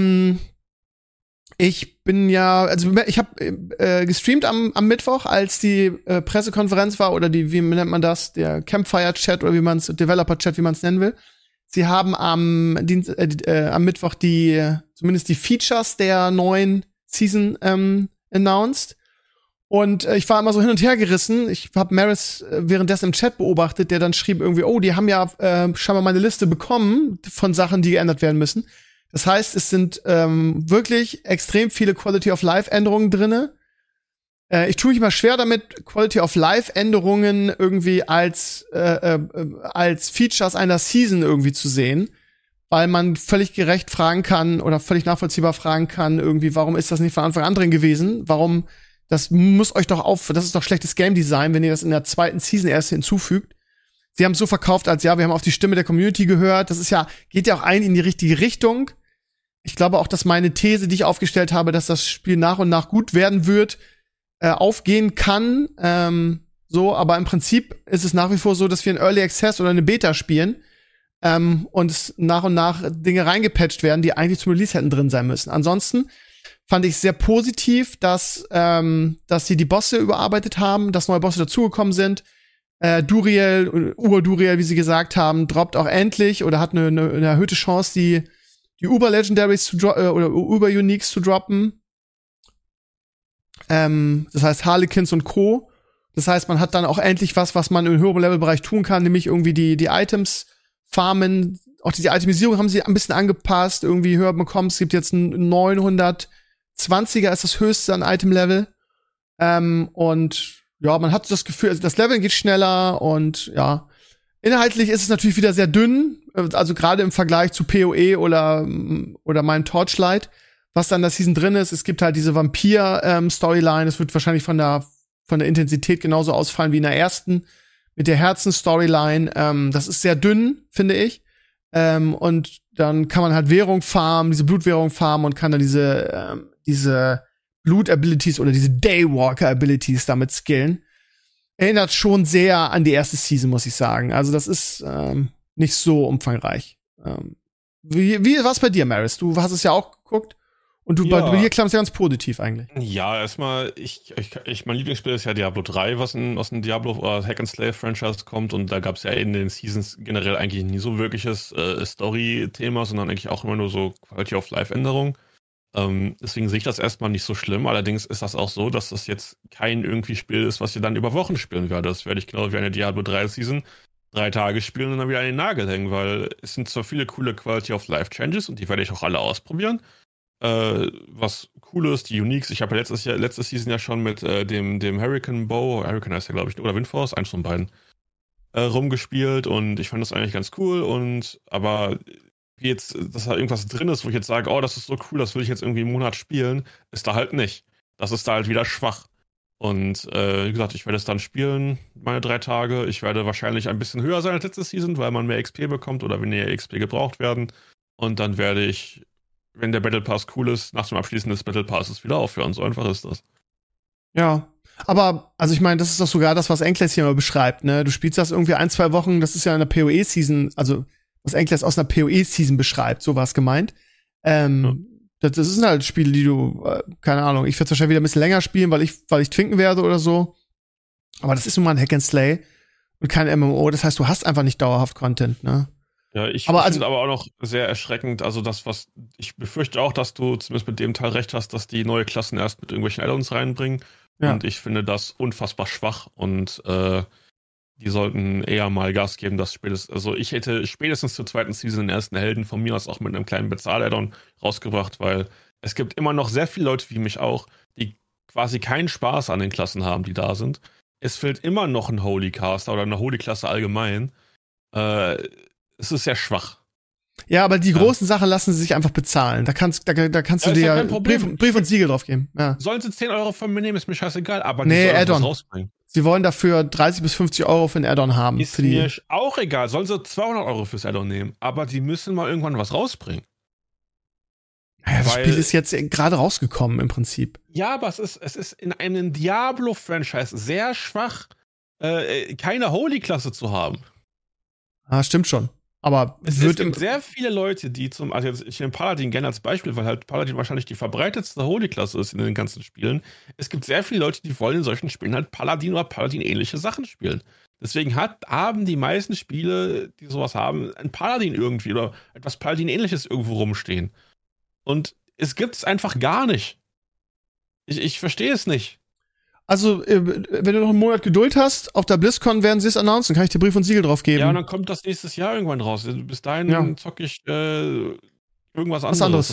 Ich bin ja, also ich habe gestreamt am Mittwoch, als die Pressekonferenz war, oder wie nennt man das, der Campfire-Chat oder Developer-Chat, wie man es nennen will. Sie haben am Mittwoch zumindest die Features der neuen Season announced. Und ich war immer so hin und her gerissen. Ich habe Maris währenddessen im Chat beobachtet, der dann schrieb irgendwie, oh, die haben ja scheinbar meine Liste bekommen von Sachen, die geändert werden müssen. Das heißt, es sind wirklich extrem viele Quality-of-Life-Änderungen drinne. Ich tue mich immer schwer damit, Quality-of-Life-Änderungen irgendwie als Features einer Season irgendwie zu sehen, weil man völlig gerecht fragen kann oder völlig nachvollziehbar fragen kann, irgendwie, warum ist das nicht von Anfang an drin gewesen? Warum, das ist doch schlechtes Game-Design, wenn ihr das in der zweiten Season erst hinzufügt. Sie haben es so verkauft, als ja, wir haben auf die Stimme der Community gehört. Das ist ja, geht ja auch in die richtige Richtung. Ich glaube auch, dass meine These, die ich aufgestellt habe, dass das Spiel nach und nach gut werden wird, aufgehen kann. Aber im Prinzip ist es nach wie vor so, dass wir einen Early Access oder eine Beta spielen und es nach und nach Dinge reingepatcht werden, die eigentlich zum Release hätten drin sein müssen. Ansonsten fand ich sehr positiv, dass sie die Bosse überarbeitet haben, dass neue Bosse dazugekommen sind. Duriel, Ur-Duriel, wie sie gesagt haben, droppt auch endlich oder hat eine erhöhte Chance, die Uber-Legendaries oder Uber-Uniques zu droppen. Das heißt Harlequins und Co. Das heißt, man hat dann auch endlich was man im höheren Levelbereich tun kann, nämlich irgendwie die Items farmen. Auch diese Itemisierung haben sie ein bisschen angepasst, irgendwie höher bekommen. Es gibt jetzt ein 920er ist das höchste an Item-Level. Und ja, man hat das Gefühl, also das Leveln geht schneller und ja. Inhaltlich ist es natürlich wieder sehr dünn, also gerade im Vergleich zu PoE oder meinem Torchlight, was dann das Season drin ist. Es gibt halt diese Vampir-Storyline. Es wird wahrscheinlich von der Intensität genauso ausfallen wie in der ersten mit der Herzen-Storyline. Das ist sehr dünn, finde ich. Und dann kann man halt Währung farmen, diese Blutwährung farmen und kann dann diese Blut-Abilities oder diese Daywalker-Abilities damit skillen. Erinnert schon sehr an die erste Season, muss ich sagen. Also das ist nicht so umfangreich. Wie war's bei dir, Maris? Du hast es ja auch geguckt und bei dir klang es ja ganz positiv eigentlich. Ja, erstmal, mein Lieblingsspiel ist ja Diablo 3, was aus dem Diablo Hack-and-Slay-Franchise kommt, und da gab es ja in den Seasons generell eigentlich nie so wirkliches Story-Thema, sondern eigentlich auch immer nur so Quality-of-Life-Änderungen. Deswegen sehe ich das erstmal nicht so schlimm. Allerdings ist das auch so, dass das jetzt kein irgendwie Spiel ist, was ihr dann über Wochen spielen werdet. Das werde ich genau wie eine Diablo 3 Season 3 Tage spielen und dann wieder an den Nagel hängen, weil es sind zwar viele coole Quality-of-Life-Changes und die werde ich auch alle ausprobieren. Was cool ist, die Uniques. Ich habe ja letzte Season ja schon mit dem Hurricane Bow, Hurricane heißt ja, glaube ich, oder Windforce, eins von beiden, rumgespielt, und ich fand das eigentlich ganz cool, aber wie jetzt, dass da irgendwas drin ist, wo ich jetzt sage, oh, das ist so cool, das will ich jetzt irgendwie einen Monat spielen, ist da halt nicht. Das ist da halt wieder schwach. Und wie gesagt, ich werde es dann spielen, meine 3 Tage. Ich werde wahrscheinlich ein bisschen höher sein als letzte Season, weil man mehr XP bekommt oder weniger XP gebraucht werden. Und dann werde ich, wenn der Battle Pass cool ist, nach dem Abschließen des Battle Passes wieder aufhören. So einfach ist das. Ja, aber, also ich meine, das ist doch sogar das, was Enkles hier mal beschreibt, ne? Du spielst das irgendwie 1-2 Wochen, das ist ja in der PoE-Season, also was Enkles aus einer PoE-Season beschreibt, so war es gemeint. Das sind halt Spiele, die du, keine Ahnung, ich werde es wahrscheinlich wieder ein bisschen länger spielen, weil ich twinken werde oder so. Aber das ist nun mal ein Hack and Slay und kein MMO, das heißt, du hast einfach nicht dauerhaft Content, ne? Ja, ich finde aber auch noch sehr erschreckend, also ich befürchte auch, dass du zumindest mit dem Teil recht hast, dass die neue Klassen erst mit irgendwelchen Add-ons reinbringen. Ja. Und ich finde das unfassbar schwach, und die sollten eher mal Gas geben, das Spiel ist. Also ich hätte spätestens zur zweiten Season den ersten Helden von mir aus auch mit einem kleinen Bezahl-Add-on rausgebracht, weil es gibt immer noch sehr viele Leute wie mich auch, die quasi keinen Spaß an den Klassen haben, die da sind. Es fehlt immer noch ein Holy Caster oder eine Holy Klasse allgemein. Es ist sehr schwach. Ja, aber die großen Sachen lassen sie sich einfach bezahlen. Da kannst du dir ja Brief und Siegel drauf geben. Ja. Sollen sie 10 Euro von mir nehmen, ist mir scheißegal, aber die sollen was rausbringen. Sie wollen dafür 30 bis 50 Euro für ein Add-on haben. Ist mir auch egal. Sollen sie 200 Euro fürs Add-on nehmen, aber die müssen mal irgendwann was rausbringen. Ja, das Spiel ist jetzt gerade rausgekommen im Prinzip. Ja, aber es ist in einem Diablo-Franchise sehr schwach, keine Holy-Klasse zu haben. Ah, stimmt schon. Aber es gibt sehr viele Leute, die also jetzt, ich nehme Paladin gerne als Beispiel, weil halt Paladin wahrscheinlich die verbreitetste Holy-Klasse ist in den ganzen Spielen. Es gibt sehr viele Leute, die wollen in solchen Spielen halt Paladin oder Paladin-ähnliche Sachen spielen. Deswegen haben die meisten Spiele, die sowas haben, ein Paladin irgendwie oder etwas Paladin-ähnliches irgendwo rumstehen. Und es gibt es einfach gar nicht. Ich verstehe es nicht. Also, wenn du noch einen Monat Geduld hast, auf der BlizzCon werden sie es announcen, kann ich dir Brief und Siegel drauf geben. Ja, und dann kommt das nächstes Jahr irgendwann raus. Bis dahin zocke ich irgendwas anderes. Was anderes.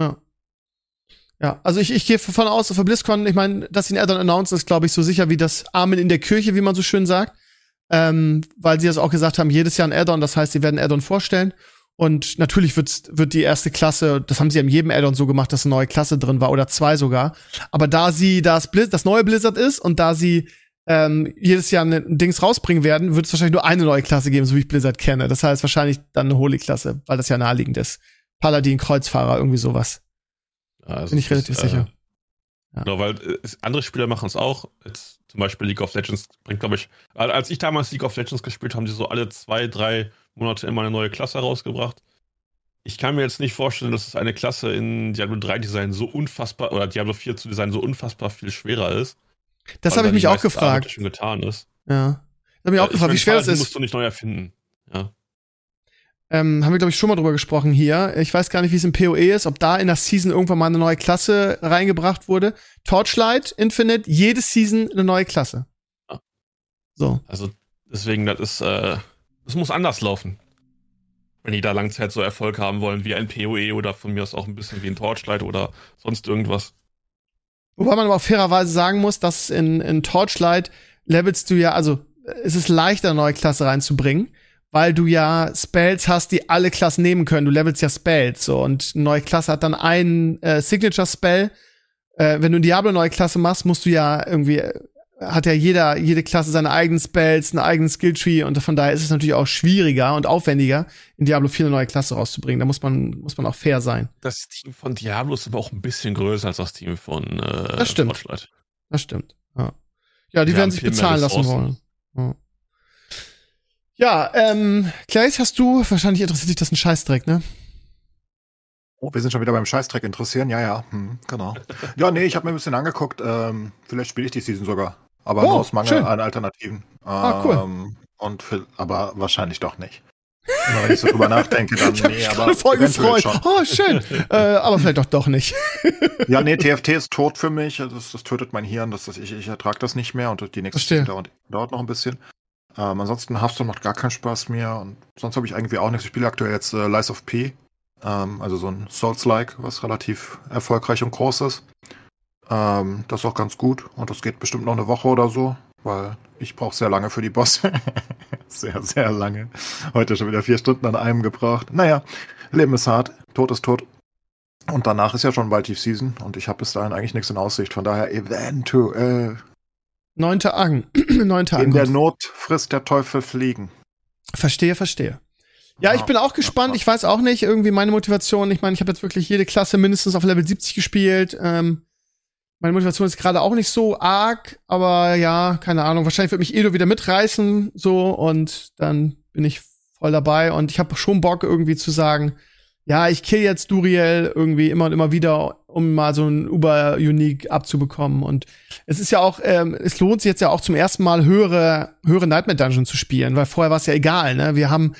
Ja, also ich gehe davon aus, auf der BlizzCon, ich meine, dass sie einen Add-on announcen, ist, glaube ich, so sicher wie das Amen in der Kirche, wie man so schön sagt. Weil sie das auch gesagt haben, jedes Jahr ein Add-on, das heißt, sie werden ein Add-on vorstellen. Und natürlich wird die erste Klasse, das haben sie ja in jedem Add-on so gemacht, dass eine neue Klasse drin war, oder 2 sogar. Aber da sie das neue Blizzard ist und da sie jedes Jahr ein Dings rausbringen werden, wird es wahrscheinlich nur eine neue Klasse geben, so wie ich Blizzard kenne. Das heißt wahrscheinlich dann eine Holy-Klasse, weil das ja naheliegend ist. Paladin, Kreuzfahrer, irgendwie sowas. Also bin ich relativ sicher. Ja. Genau, weil andere Spieler machen es auch. Jetzt zum Beispiel League of Legends bringt, glaube ich, als ich damals League of Legends gespielt habe, haben die so alle 2-3 Monate immer eine neue Klasse rausgebracht. Ich kann mir jetzt nicht vorstellen, dass es eine Klasse in Diablo 3 Design so unfassbar, oder Diablo 4 zu Design so unfassbar viel schwerer ist. Das habe ich mich auch gefragt. Schon getan ist. Ja. Das habe ich auch gefragt, wie schwer das ist. Musst du nicht neu erfinden. Ja. haben wir, glaube ich, schon mal drüber gesprochen hier. Ich weiß gar nicht, wie es im PoE ist, ob da in der Season irgendwann mal eine neue Klasse reingebracht wurde. Torchlight, Infinite, jede Season eine neue Klasse. Ja. So. Also deswegen, das muss anders laufen. Wenn die da Langzeit so Erfolg haben wollen wie ein PoE oder von mir aus auch ein bisschen wie ein Torchlight oder sonst irgendwas. Wobei man aber auch fairerweise sagen muss, dass in Torchlight levelst du ja, also es ist leichter, eine neue Klasse reinzubringen, weil du ja Spells hast, die alle Klassen nehmen können. Du levelst ja Spells, so. Und eine neue Klasse hat dann einen Signature-Spell. Wenn du eine Diablo-neue Klasse machst, musst du ja irgendwie, hat ja jede Klasse seine eigenen Spells, einen eigenen Skilltree. Und von daher ist es natürlich auch schwieriger und aufwendiger, in Diablo 4 eine neue Klasse rauszubringen. Da muss man auch fair sein. Das Team von Diablo ist aber auch ein bisschen größer als das Team von Das stimmt. Torchlight. Das stimmt, ja. Die werden sich bezahlen lassen wollen. Ja, Claes, hast du, wahrscheinlich interessiert dich das ein Scheißdreck, ne? Oh, wir sind schon wieder beim Scheißdreck interessieren. Ja, genau. Ja, nee, ich habe mir ein bisschen angeguckt. Vielleicht spiele ich die Season sogar. Aber nur aus Mangel an Alternativen. Cool. Aber wahrscheinlich doch nicht. Wenn ich so drüber nachdenke, dann nee, aber voll gefreut. schon. Oh, schön. Aber vielleicht doch nicht. Ja, nee, TFT ist tot für mich. Das tötet mein Hirn. Ich ertrage das nicht mehr und die nächste Season dauert noch ein bisschen. Ansonsten Hearthstone macht gar keinen Spaß mehr und sonst habe ich irgendwie auch nichts. Ich spiele aktuell jetzt Lies of P, also so ein Souls-like, was relativ erfolgreich und groß ist. Das ist auch ganz gut und das geht bestimmt noch eine Woche oder so, weil ich brauche sehr lange für die Bosse. Sehr, sehr lange. Heute schon wieder 4 Stunden an einem gebraucht. Naja, Leben ist hart, Tod ist tot. Und danach ist ja schon bald die Season und ich habe bis dahin eigentlich nichts in Aussicht. Von daher eventuell 9. Agen. In der Not frisst der Teufel Fliegen. Verstehe. Ja, ich bin auch gespannt. Ich weiß auch nicht, irgendwie meine Motivation. Ich meine, ich habe jetzt wirklich jede Klasse mindestens auf Level 70 gespielt. Meine Motivation ist gerade auch nicht so arg, aber ja, keine Ahnung. Wahrscheinlich wird mich Edo wieder mitreißen, so, und dann bin ich voll dabei. Und ich habe schon Bock, irgendwie zu sagen, ja, ich kill jetzt Duriel irgendwie immer und immer wieder, um mal so ein Uber-Unique abzubekommen. Und es ist ja auch, es lohnt sich jetzt ja auch zum ersten Mal höhere Nightmare Dungeon zu spielen, weil vorher war es ja egal, ne? Wir haben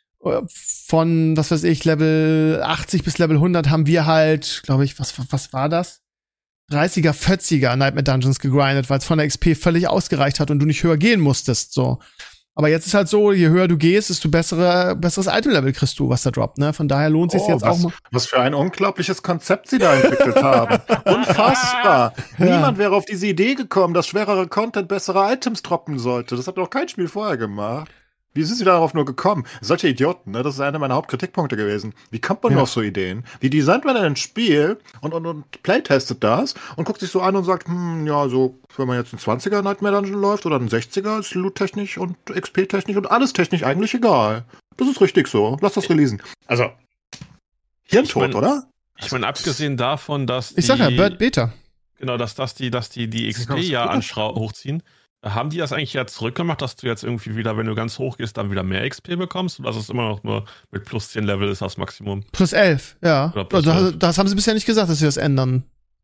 von, was weiß ich, Level 80 bis Level 100 haben wir halt, glaube ich, was war das? 30er, 40er Nightmare Dungeons gegrindet, weil es von der XP völlig ausgereicht hat und du nicht höher gehen musstest, so. Aber jetzt ist halt so, je höher du gehst, desto besseres Item-Level kriegst du, was da droppt, ne? Von daher lohnt es sich jetzt auch mal. Was für ein unglaubliches Konzept sie da entwickelt haben. Unfassbar. Ja. Niemand wäre auf diese Idee gekommen, dass schwerere Content bessere Items droppen sollte. Das hat doch kein Spiel vorher gemacht. Wie sind sie darauf nur gekommen? Solche Idioten, ne? Das ist einer meiner Hauptkritikpunkte gewesen. Wie kommt man nur auf so Ideen? Wie designt man denn ein Spiel und playtestet das und guckt sich so an und sagt, ja, so, wenn man jetzt ein 20er Nightmare Dungeon läuft oder ein 60er, ist Loot-technisch und XP-technisch und alles technisch eigentlich egal. Das ist richtig so. Lass das releasen. Also, Hirntod, oder? Ich meine, abgesehen davon, dass ich sag ja, Bird Beta. Genau, dass die XP ja hochziehen. Haben die das eigentlich ja zurückgemacht, dass du jetzt irgendwie wieder, wenn du ganz hoch gehst, dann wieder mehr XP bekommst? Oder ist es immer noch nur mit plus 10 Level ist das Maximum? Plus 11, ja. Plus also 11. Das haben sie bisher nicht gesagt, dass sie das ändern.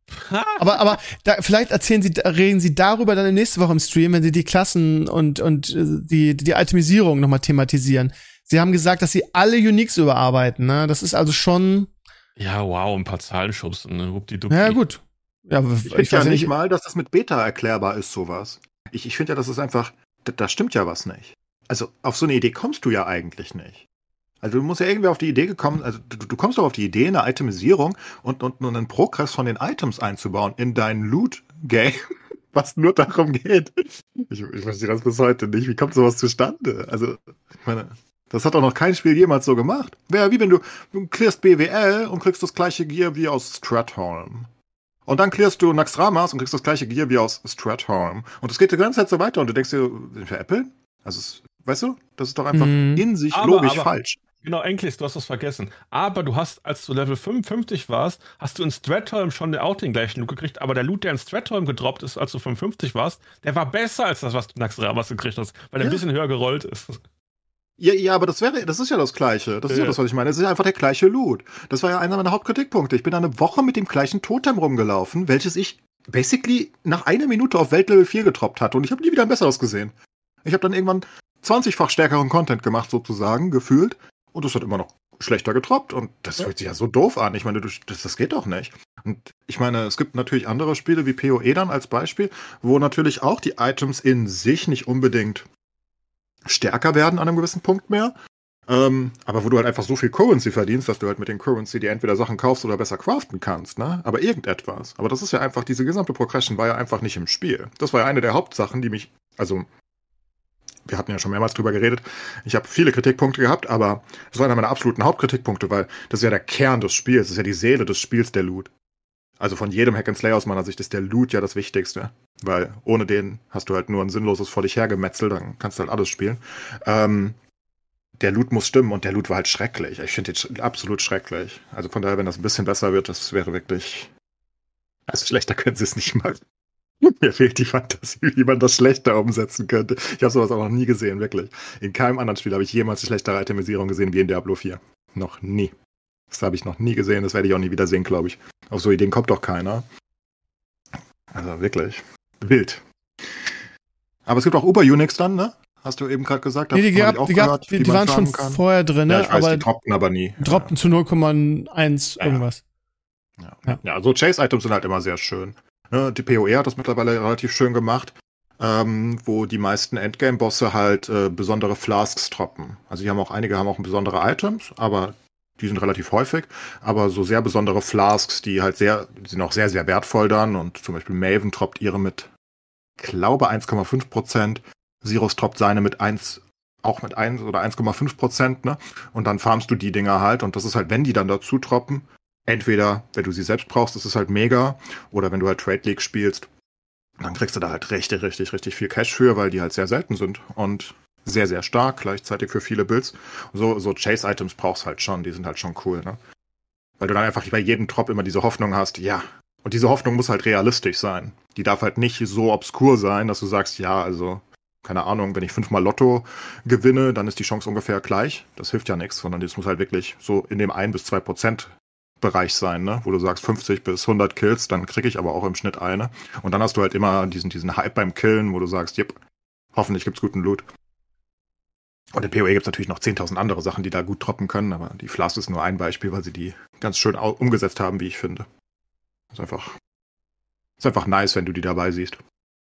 aber vielleicht reden sie darüber dann nächste Woche im Stream, wenn sie die Klassen und die Itemisierung nochmal thematisieren. Sie haben gesagt, dass sie alle Uniques überarbeiten, ne? Das ist also schon. Ja, wow, ein paar Zahlen schubsen, ne? Ja, gut. Ja, ich weiß ja nicht mal, dass das mit Beta erklärbar ist, sowas. Ich finde ja, das ist einfach, da stimmt ja was nicht. Also auf so eine Idee kommst du ja eigentlich nicht. Also du musst ja irgendwie auf die Idee gekommen, also du kommst doch auf die Idee, eine Itemisierung und einen Progress von den Items einzubauen in dein Loot-Game, was nur darum geht. Ich verstehe das bis heute nicht. Wie kommt sowas zustande? Also, ich meine, das hat doch noch kein Spiel jemals so gemacht. Wäre wie wenn du clearst BWL und kriegst das gleiche Gear wie aus Stratholm. Und dann clearst du Naxxramas und kriegst das gleiche Gear wie aus Stratholm. Und es geht die ganze Zeit so weiter und du denkst dir, sind wir Apple? Also, weißt du, das ist doch einfach in sich logisch falsch. Genau, Enkles, du hast das vergessen. Aber du hast, als du Level 55 warst, hast du in Stratholm schon auch den gleichen Loot gekriegt, aber der Loot, der in Stratholm gedroppt ist, als du 55 warst, der war besser als das, was du in Naxxramas gekriegt hast, weil der ein bisschen höher gerollt ist. Ja, aber das ist ja das Gleiche. Das ist ja das, was ich meine. Es ist ja einfach der gleiche Loot. Das war ja einer meiner Hauptkritikpunkte. Ich bin eine Woche mit dem gleichen Totem rumgelaufen, welches ich basically nach einer Minute auf Weltlevel 4 getroppt hatte und ich habe nie wieder ein besseres gesehen. Ich habe dann irgendwann 20-fach stärkeren Content gemacht, sozusagen, gefühlt. und es hat immer noch schlechter getroppt und das hört sich ja so doof an. Ich meine, das geht doch nicht. Und ich meine, es gibt natürlich andere Spiele wie PoE dann als Beispiel, wo natürlich auch die Items in sich nicht unbedingt stärker werden an einem gewissen Punkt mehr, aber wo du halt einfach so viel Currency verdienst, dass du halt mit den Currency dir entweder Sachen kaufst oder besser craften kannst, ne? Aber irgendetwas. Aber das ist ja einfach, diese gesamte Progression war ja einfach nicht im Spiel. Das war ja eine der Hauptsachen, die mich, also wir hatten ja schon mehrmals drüber geredet. Ich habe viele Kritikpunkte gehabt, aber das war einer meiner absoluten Hauptkritikpunkte, weil das ist ja der Kern des Spiels, das ist ja die Seele des Spiels, der Loot. Also von jedem Hack-and-Slay aus meiner Sicht ist der Loot ja das Wichtigste, weil ohne den hast du halt nur ein sinnloses vor dich hergemetzel, dann kannst du halt alles spielen. Der Loot muss stimmen und der Loot war halt schrecklich. Ich finde den absolut schrecklich. Also von daher, wenn das ein bisschen besser wird, das wäre wirklich... Also schlechter können sie es nicht mal. Mir fehlt die Fantasie, wie man das schlechter umsetzen könnte. Ich habe sowas auch noch nie gesehen, wirklich. In keinem anderen Spiel habe ich jemals eine schlechtere Itemisierung gesehen wie in Diablo 4. Noch nie. Das habe ich noch nie gesehen, das werde ich auch nie wieder sehen, glaube ich. Auf so Ideen kommt doch keiner. Also wirklich. Wild. Aber es gibt auch Uber-Unix dann, ne? Hast du eben gerade gesagt? Nee, die waren schon vorher drin, ne? Ja, ich weiß, die droppten aber nie. Droppten zu 0,1 irgendwas. Ja, so Chase-Items sind halt immer sehr schön. Die PoE hat das mittlerweile relativ schön gemacht, wo die meisten Endgame-Bosse halt besondere Flasks droppen. Also einige haben auch besondere Items, aber die sind relativ häufig. Aber so sehr besondere Flasks, die sind auch sehr, sehr wertvoll dann. Und zum Beispiel Maven droppt ihre mit, glaube 1,5%. Sirus droppt seine mit 1 oder 1,5%, ne? Und dann farmst du die Dinger halt. Und das ist halt, wenn die dann dazu droppen, entweder, wenn du sie selbst brauchst, ist es halt mega, oder wenn du halt Trade League spielst, dann kriegst du da halt richtig, richtig, richtig viel Cash für, weil die halt sehr selten sind und sehr, sehr stark, gleichzeitig für viele Builds. So Chase-Items brauchst halt schon, die sind halt schon cool, ne? Weil du dann einfach bei jedem Drop immer diese Hoffnung hast, ja. Und diese Hoffnung muss halt realistisch sein. Die darf halt nicht so obskur sein, dass du sagst, ja, also keine Ahnung, wenn ich 5-mal Lotto gewinne, dann ist die Chance ungefähr gleich. Das hilft ja nichts, sondern das muss halt wirklich so in dem 1-2% Bereich sein, ne? Wo du sagst 50 bis 100 Kills, dann kriege ich aber auch im Schnitt eine. Und dann hast du halt immer diesen Hype beim Killen, wo du sagst, jep, hoffentlich gibt's guten Loot. Und in PoE gibt's natürlich noch 10.000 andere Sachen, die da gut droppen können, aber die Flask ist nur ein Beispiel, weil sie die ganz schön umgesetzt haben, wie ich finde. Ist einfach nice, wenn du die dabei siehst.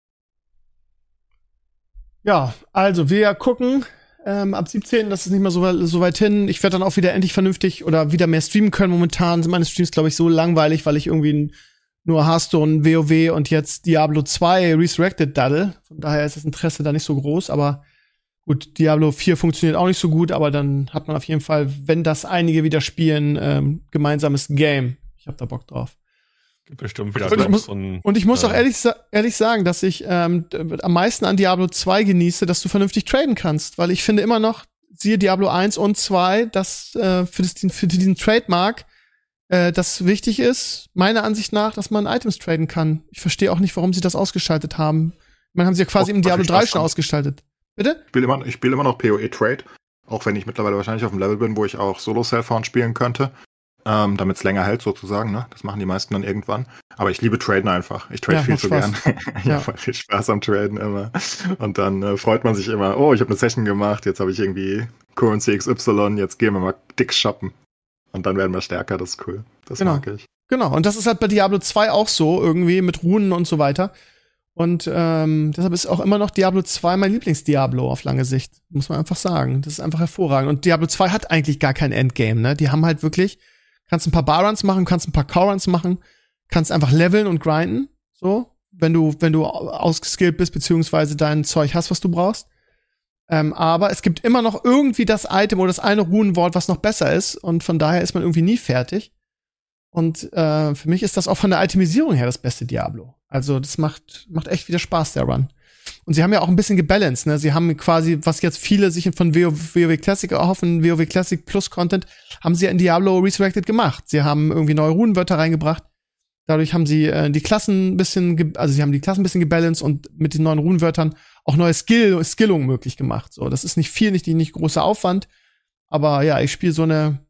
Ja, also wir gucken ab 17. Das ist nicht mehr so weit hin. Ich werde dann auch wieder endlich vernünftig oder wieder mehr streamen können. Momentan sind meine Streams, glaube ich, so langweilig, weil ich irgendwie nur Hearthstone, WoW und jetzt Diablo 2 Resurrected daddel. Von daher ist das Interesse da nicht so groß. Aber gut, Diablo 4 funktioniert auch nicht so gut. Aber dann hat man auf jeden Fall, wenn das einige wieder spielen, gemeinsames Game. Ich habe da Bock drauf. Bestimmt wieder und ich muss auch ehrlich sagen, dass ich am meisten an Diablo 2 genieße, dass du vernünftig traden kannst, weil ich finde immer noch, siehe Diablo 1 und 2, dass für diesen Trademark das wichtig ist, meiner Ansicht nach, dass man Items traden kann. Ich verstehe auch nicht, warum sie das ausgeschaltet haben. Man haben sie ja quasi im Diablo 3 schon ausgestaltet. Bitte? Ich spiele immer noch PoE Trade, auch wenn ich mittlerweile wahrscheinlich auf dem Level bin, wo ich auch Solo-Self-Found spielen könnte. Damit es länger hält sozusagen, ne? Das machen die meisten dann irgendwann. Aber ich liebe Traden einfach. Ich trade viel zu gern. Ich habe voll viel Spaß am Traden immer. Und dann freut man sich immer, oh, ich habe eine Session gemacht, jetzt habe ich irgendwie Currency XY, jetzt gehen wir mal dick shoppen. Und dann werden wir stärker, das ist cool. Das mag ich. Genau, und das ist halt bei Diablo 2 auch so, irgendwie mit Runen und so weiter. Und deshalb ist auch immer noch Diablo 2 mein Lieblings-Diablo auf lange Sicht. Muss man einfach sagen. Das ist einfach hervorragend. Und Diablo 2 hat eigentlich gar kein Endgame, ne? Die haben halt wirklich kannst ein paar Barruns machen, kannst ein paar Core-Runs machen, kannst einfach leveln und grinden, so, wenn du ausgeskillt bist, beziehungsweise dein Zeug hast, was du brauchst. Aber es gibt immer noch irgendwie das Item oder das eine Runenwort, was noch besser ist, und von daher ist man irgendwie nie fertig. Und für mich ist das auch von der Itemisierung her das beste Diablo. Also das macht echt wieder Spaß, der Run. Und sie haben ja auch ein bisschen gebalanced, ne? Sie haben quasi, was jetzt viele sich von WoW Classic erhoffen, WoW Classic Plus Content, haben sie ja in Diablo Resurrected gemacht. Sie haben irgendwie neue Runenwörter reingebracht. Dadurch haben sie die Klassen ein bisschen, ein bisschen gebalanced und mit den neuen Runenwörtern auch neue Skillungen möglich gemacht. So, das ist nicht viel, nicht großer Aufwand. Aber ja, ich spiele so eine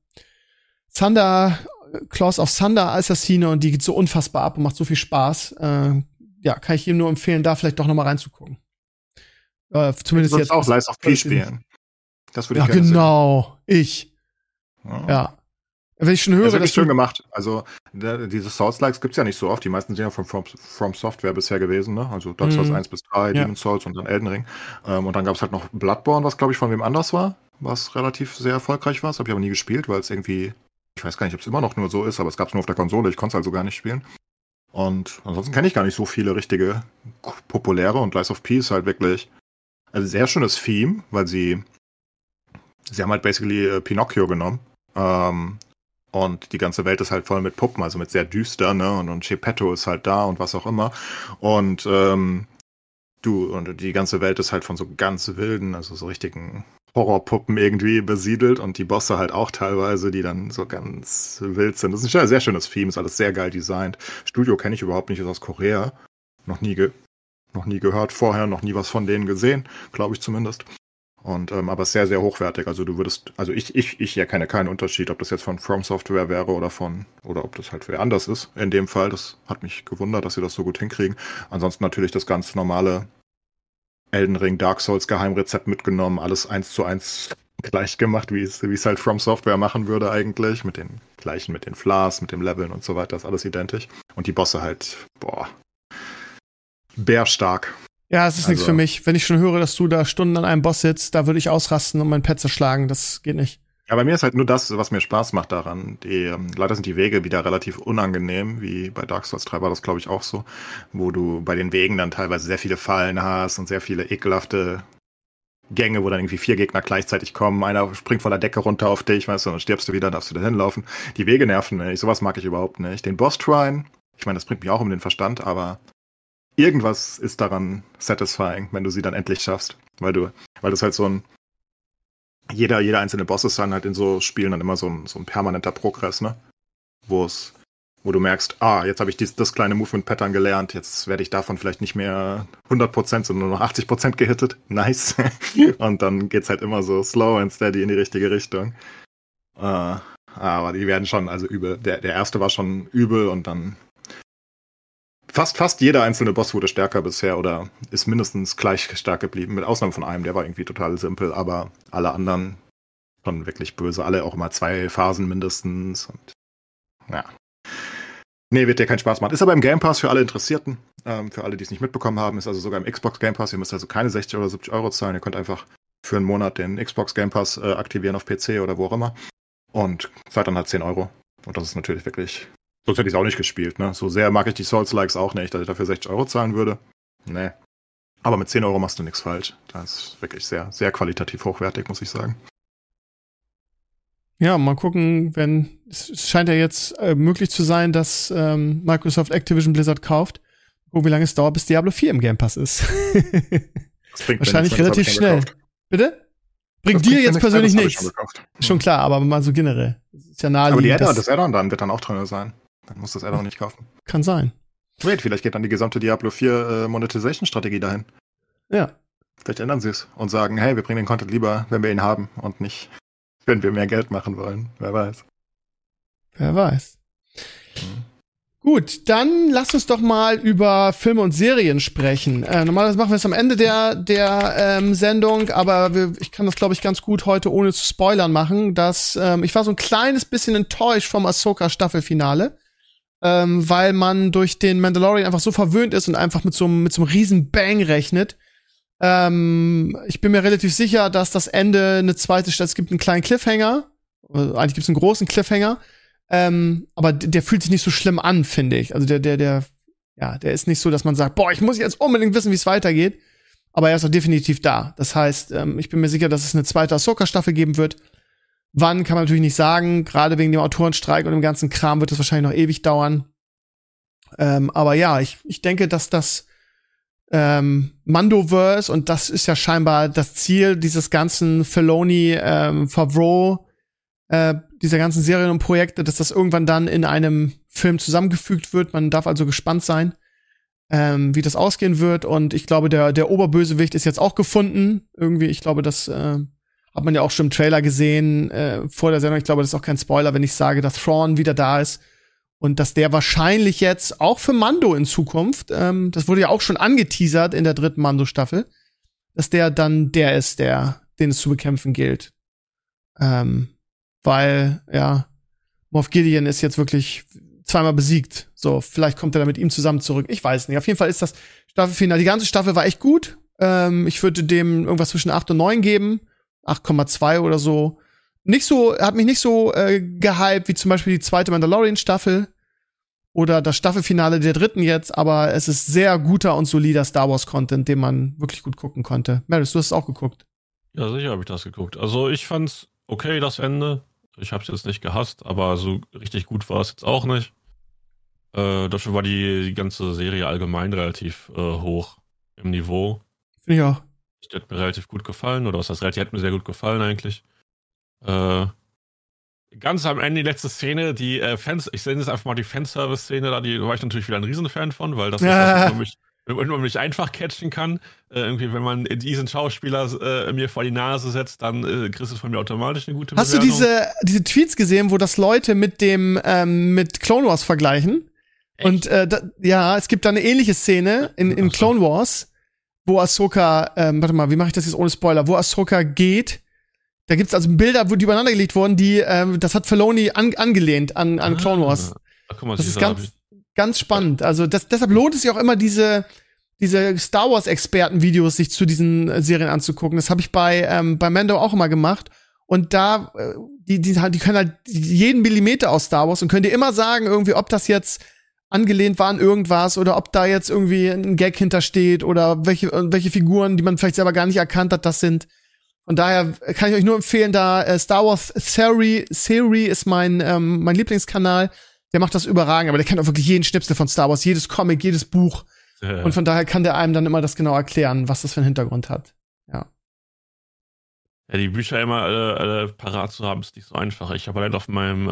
Claws of Thunder Assassine und die geht so unfassbar ab und macht so viel Spaß. Ja, kann ich ihm nur empfehlen, da vielleicht doch noch mal reinzugucken. Zumindest du jetzt auch Lies of P spielen. Das würde ich ja, gerne genau. sehen. Ich. Ja. Wenn ich schon höre, Das ist wirklich dass schön gemacht. Also diese Souls-Likes gibt's ja nicht so oft. Die meisten sind ja von From Software bisher gewesen, ne? Also Dark Souls 1 bis 3, Ja. Demon's Souls und dann Elden Ring. Und dann gab's halt noch Bloodborne, was glaube ich von wem anders war, was relativ sehr erfolgreich war. Das habe ich aber nie gespielt, weil es irgendwie, ich weiß gar nicht, ob es immer noch nur so ist, aber es gab's nur auf der Konsole. Ich konnte es also gar nicht spielen. Und ansonsten kenne ich gar nicht so viele richtige populäre, und Lies of P ist halt wirklich, also sehr schönes Theme, weil sie haben halt basically Pinocchio genommen. Und die ganze Welt ist halt voll mit Puppen, also mit sehr düster, ne? Und Geppetto ist halt da und was auch immer. Und und die ganze Welt ist halt von so ganz wilden, also so richtigen Horrorpuppen irgendwie besiedelt und die Bosse halt auch teilweise, die dann so ganz wild sind. Das ist ein sehr schönes Theme, ist alles sehr geil designt. Studio kenne ich überhaupt nicht, ist aus Korea. Noch nie gehört vorher, noch nie was von denen gesehen, glaube ich zumindest. Und aber sehr, sehr hochwertig. Also ich erkenne keinen Unterschied, ob das jetzt von From Software wäre oder ob das halt wer anders ist. In dem Fall, das hat mich gewundert, dass sie das so gut hinkriegen. Ansonsten natürlich das ganz normale Elden Ring, Dark Souls Geheimrezept mitgenommen, alles 1:1 gleich gemacht, wie es halt From Software machen würde eigentlich. Mit den Flas, mit dem Leveln und so weiter, ist alles identisch. Und die Bosse halt, bärstark. Ja, es ist nichts für mich. Wenn ich schon höre, dass du da Stunden an einem Boss sitzt, da würde ich ausrasten und mein Pet zerschlagen. Das geht nicht. Ja, bei mir ist halt nur das, was mir Spaß macht daran. Leider sind die Wege wieder relativ unangenehm, wie bei Dark Souls 3 war das, glaube ich, auch so, wo du bei den Wegen dann teilweise sehr viele Fallen hast und sehr viele ekelhafte Gänge, wo dann irgendwie 4 Gegner gleichzeitig kommen. Einer springt von der Decke runter auf dich, weißt du, dann stirbst du wieder, darfst du da hinlaufen. Die Wege nerven mich. Sowas mag ich überhaupt nicht. Den Boss-Trine, ich meine, das bringt mich auch um den Verstand, aber irgendwas ist daran satisfying, wenn du sie dann endlich schaffst. Weil das halt so ein jeder einzelne Boss ist dann halt in so Spielen dann immer so ein permanenter Progress, ne? Wo du merkst, jetzt habe ich das kleine Movement-Pattern gelernt, jetzt werde ich davon vielleicht nicht mehr 100%, sondern nur noch 80% gehittet. Nice. Und dann geht's halt immer so slow and steady in die richtige Richtung. Aber die werden schon, also übel. Der erste war schon übel und dann Fast jeder einzelne Boss wurde stärker bisher oder ist mindestens gleich stark geblieben, mit Ausnahme von einem, der war irgendwie total simpel, aber alle anderen schon wirklich böse, alle auch immer 2 Phasen mindestens und ja. Nee, wird dir keinen Spaß machen. Ist aber im Game Pass für alle Interessierten, für alle, die es nicht mitbekommen haben, ist also sogar im Xbox Game Pass, ihr müsst also keine 60 oder 70 Euro zahlen, ihr könnt einfach für einen Monat den Xbox Game Pass aktivieren auf PC oder wo auch immer und zahlt dann halt 10 Euro und das ist natürlich wirklich... Sonst hätte ich es auch nicht gespielt, ne? So sehr mag ich die Souls-Likes auch nicht, dass ich dafür 60 Euro zahlen würde. Nee. Aber mit 10 Euro machst du nichts falsch. Das ist wirklich sehr, sehr qualitativ hochwertig, muss ich sagen. Ja, mal gucken, es scheint ja jetzt möglich zu sein, dass Microsoft Activision Blizzard kauft. Gucken, wie lange es dauert, bis Diablo 4 im Game Pass ist. Das bringt wahrscheinlich relativ schnell. Gekauft. Bitte? Bringt dir jetzt persönlich nichts. Schon Ja. klar, aber mal so generell. Das ist ja naheliegend. Aber das Add-on dann wird dann auch drin sein. Dann musst du das Add-on nicht kaufen. Kann sein. Wait, vielleicht geht dann die gesamte Diablo 4 Monetization-Strategie dahin. Ja. Vielleicht ändern sie es und sagen, hey, wir bringen den Content lieber, wenn wir ihn haben und nicht, wenn wir mehr Geld machen wollen. Wer weiß. Wer weiß. Gut, dann lass uns doch mal über Filme und Serien sprechen. Normalerweise machen wir es am Ende der Sendung, aber ich kann das, glaube ich, ganz gut heute ohne zu spoilern machen. Dass ich war so ein kleines bisschen enttäuscht vom Ahsoka-Staffelfinale, weil man durch den Mandalorian einfach so verwöhnt ist und einfach mit so einem riesen Bang rechnet. Ich bin mir relativ sicher, dass das Ende eine zweite Stadt, es gibt einen kleinen Cliffhanger, eigentlich gibt es einen großen Cliffhanger. Aber der fühlt sich nicht so schlimm an, finde ich. Also der ist nicht so, dass man sagt, boah, ich muss jetzt unbedingt wissen, wie es weitergeht. Aber er ist auch definitiv da. Das heißt, ich bin mir sicher, dass es eine zweite Ahsoka-Staffel geben wird. Wann, kann man natürlich nicht sagen. Gerade wegen dem Autorenstreik und dem ganzen Kram wird es wahrscheinlich noch ewig dauern. Aber ja, ich denke, dass das Mandoverse, und das ist ja scheinbar das Ziel dieses ganzen Filoni, Favreau, dieser ganzen Serien und Projekte, dass das irgendwann dann in einem Film zusammengefügt wird. Man darf also gespannt sein, wie das ausgehen wird. Und ich glaube, der Oberbösewicht ist jetzt auch gefunden. Irgendwie, ich glaube, das hat man ja auch schon im Trailer gesehen vor der Sendung. Ich glaube, das ist auch kein Spoiler, wenn ich sage, dass Thrawn wieder da ist. Und dass der wahrscheinlich jetzt auch für Mando in Zukunft, das wurde ja auch schon angeteasert in der 3. Mando-Staffel, dass der dann der ist, den es zu bekämpfen gilt. weil, ja, Moff Gideon ist jetzt wirklich zweimal besiegt. So, vielleicht kommt er dann mit ihm zusammen zurück. Ich weiß nicht. Auf jeden Fall ist das Staffelfinale. Die ganze Staffel war echt gut. Ich würde dem irgendwas zwischen 8 und 9 geben. 8,2 oder so. Hat mich nicht so gehypt wie zum Beispiel die zweite Mandalorian-Staffel oder das Staffelfinale der dritten jetzt, aber es ist sehr guter und solider Star Wars-Content, den man wirklich gut gucken konnte. Maris, du hast es auch geguckt. Ja, sicher habe ich das geguckt. Also ich fand's okay, das Ende. Ich hab's jetzt nicht gehasst, aber so richtig gut war es jetzt auch nicht. Dafür war die ganze Serie allgemein relativ hoch im Niveau. Finde ich auch. Die hat mir relativ gut gefallen, oder was heißt relativ, die hat mir sehr gut gefallen eigentlich. Ganz am Ende die letzte Szene, die Fans, ich nenne jetzt einfach mal die Fanservice-Szene, da war ich natürlich wieder ein Riesenfan von, weil das ist was, wenn man mich einfach catchen kann. Irgendwie, wenn man diesen Schauspieler mir vor die Nase setzt, dann kriegst du von mir automatisch eine gute Bewertung. Hast du diese Tweets gesehen, wo das Leute mit Clone Wars vergleichen? Echt? Und es gibt da eine ähnliche Szene in Clone Wars, wo Ahsoka, warte mal, wie mache ich das jetzt ohne Spoiler, wo Ahsoka geht. Da gibt's also Bilder, die übereinander gelegt wurden, das hat Filoni angelehnt an Clone Wars. Das ist ganz spannend. Also deshalb lohnt es sich auch immer, diese Star Wars Experten-Videos sich zu diesen Serien anzugucken. Das habe ich bei Mando auch immer gemacht. Und da, die können halt jeden Millimeter aus Star Wars und können dir immer sagen, irgendwie, ob das jetzt angelehnt war an irgendwas oder ob da jetzt irgendwie ein Gag hintersteht oder welche Figuren, die man vielleicht selber gar nicht erkannt hat, das sind. Von daher kann ich euch nur empfehlen, da Star Wars Theory ist mein Lieblingskanal. Der macht das überragend, aber der kennt auch wirklich jeden Schnipsel von Star Wars, jedes Comic, jedes Buch. Ja. Und von daher kann der einem dann immer das genau erklären, was das für einen Hintergrund hat. Ja. Ja, die Bücher immer alle parat zu haben, ist nicht so einfach. Ich habe halt auf meinem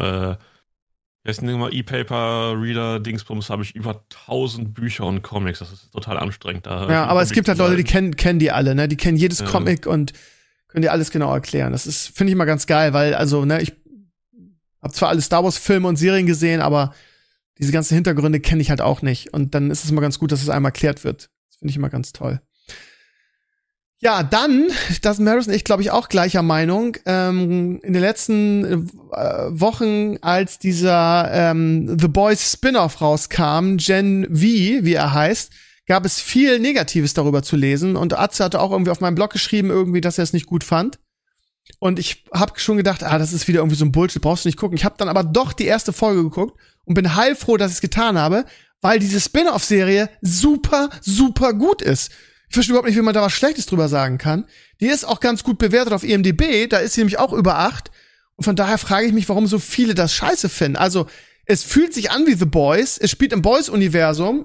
E-Paper-Reader-Dingsbums habe ich über 1000 Bücher und Comics. Das ist total anstrengend. Ja, aber es gibt halt Leute, die kennen die alle, ne? Die kennen jedes Comic und können dir alles genau erklären. Das ist, finde ich immer ganz geil, weil, also, ne, ich habe zwar alle Star Wars-Filme und Serien gesehen, aber diese ganzen Hintergründe kenne ich halt auch nicht. Und dann ist es immer ganz gut, dass es einmal erklärt wird. Das finde ich immer ganz toll. Ja, dann, das sind Maris und ich, glaube ich, auch gleicher Meinung. In den letzten Wochen, als dieser The Boys Spin-off rauskam, Gen V, wie er heißt, gab es viel Negatives darüber zu lesen. Und Atze hatte auch irgendwie auf meinem Blog geschrieben, irgendwie, dass er es nicht gut fand. Und ich habe schon gedacht, das ist wieder irgendwie so ein Bullshit, brauchst du nicht gucken. Ich habe dann aber doch die erste Folge geguckt und bin heilfroh, dass ich es getan habe, weil diese Spin-off-Serie super, super gut ist. Ich verstehe überhaupt nicht, wie man da was Schlechtes drüber sagen kann. Die ist auch ganz gut bewertet auf IMDb, da ist sie nämlich auch über 8. Und von daher frage ich mich, warum so viele das scheiße finden. Also, es fühlt sich an wie The Boys, es spielt im Boys-Universum,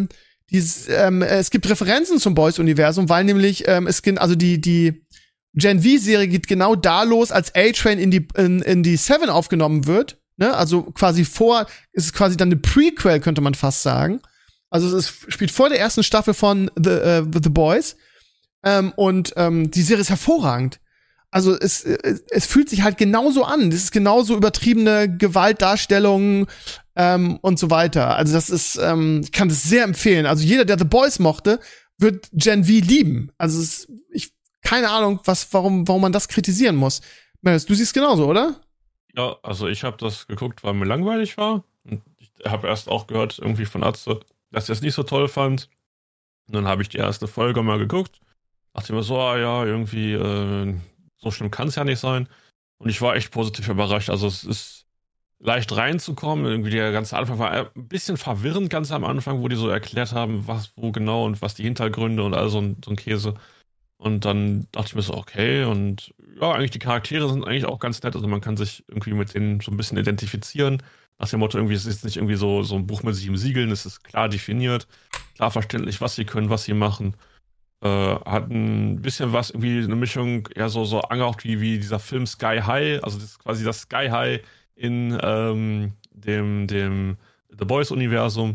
es gibt Referenzen zum Boys-Universum, weil nämlich die Gen V-Serie geht genau da los, als A-Train in die Seven aufgenommen wird. Ne? Also quasi ist es quasi dann eine Prequel, könnte man fast sagen. Also es spielt vor der ersten Staffel von The Boys. Die Serie ist hervorragend. Also es fühlt sich halt genauso an. Das ist genauso übertriebene Gewaltdarstellungen und so weiter. Also das ist, ich kann das sehr empfehlen. Also jeder, der The Boys mochte, wird Gen V lieben. Also keine Ahnung, warum man das kritisieren muss. Du siehst genauso, oder? Ja, also ich habe das geguckt, weil mir langweilig war. Und ich habe erst auch gehört irgendwie von Atze, dass er es nicht so toll fand. Und dann habe ich die erste Folge mal geguckt. Dachte mir so, irgendwie so schlimm kann es ja nicht sein. Und ich war echt positiv überrascht. Also es ist leicht reinzukommen. Irgendwie der ganze Anfang war ein bisschen verwirrend ganz am Anfang, wo die so erklärt haben, was, wo genau und was die Hintergründe und all so ein Käse. Und dann dachte ich mir so, okay, und ja, eigentlich die Charaktere sind eigentlich auch ganz nett. Also man kann sich irgendwie mit denen so ein bisschen identifizieren. Nach dem Motto, irgendwie, es ist nicht irgendwie so ein Buch mit 7 Siegeln, es ist klar definiert, klar verständlich, was sie können, was sie machen. Hat ein bisschen was, irgendwie eine Mischung, eher so angehaucht wie dieser Film Sky High. Also das ist quasi das Sky High in dem The Boys-Universum.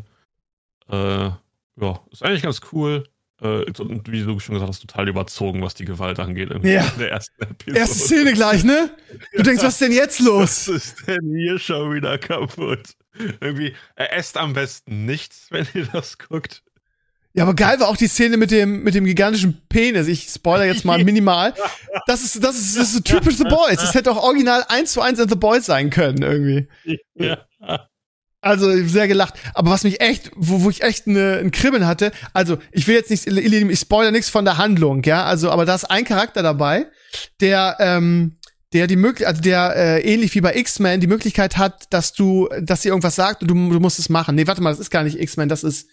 Ist eigentlich ganz cool. Und wie du schon gesagt hast, total überzogen, was die Gewalt angeht. Ja. In der ersten Episode. Erste Szene gleich, ne? Du denkst, was ist denn jetzt los? Was ist denn hier schon wieder kaputt? Irgendwie, esst am besten nichts, wenn ihr das guckt. Ja, aber geil war auch die Szene mit dem gigantischen Penis. Ich spoiler jetzt mal minimal. Das ist so typisch The Boys. Das hätte auch original 1:1 in The Boys sein können, irgendwie. Ja. Also, sehr gelacht. Aber was mich echt, wo ich echt ein Kribbeln hatte, also, ich will jetzt nicht, ich spoiler nichts von der Handlung, ja, also, aber da ist ein Charakter dabei, der die Möglichkeit, also der ähnlich wie bei X-Men die Möglichkeit hat, dass sie irgendwas sagt und du musst es machen. Nee, warte mal, das ist gar nicht X-Men, das ist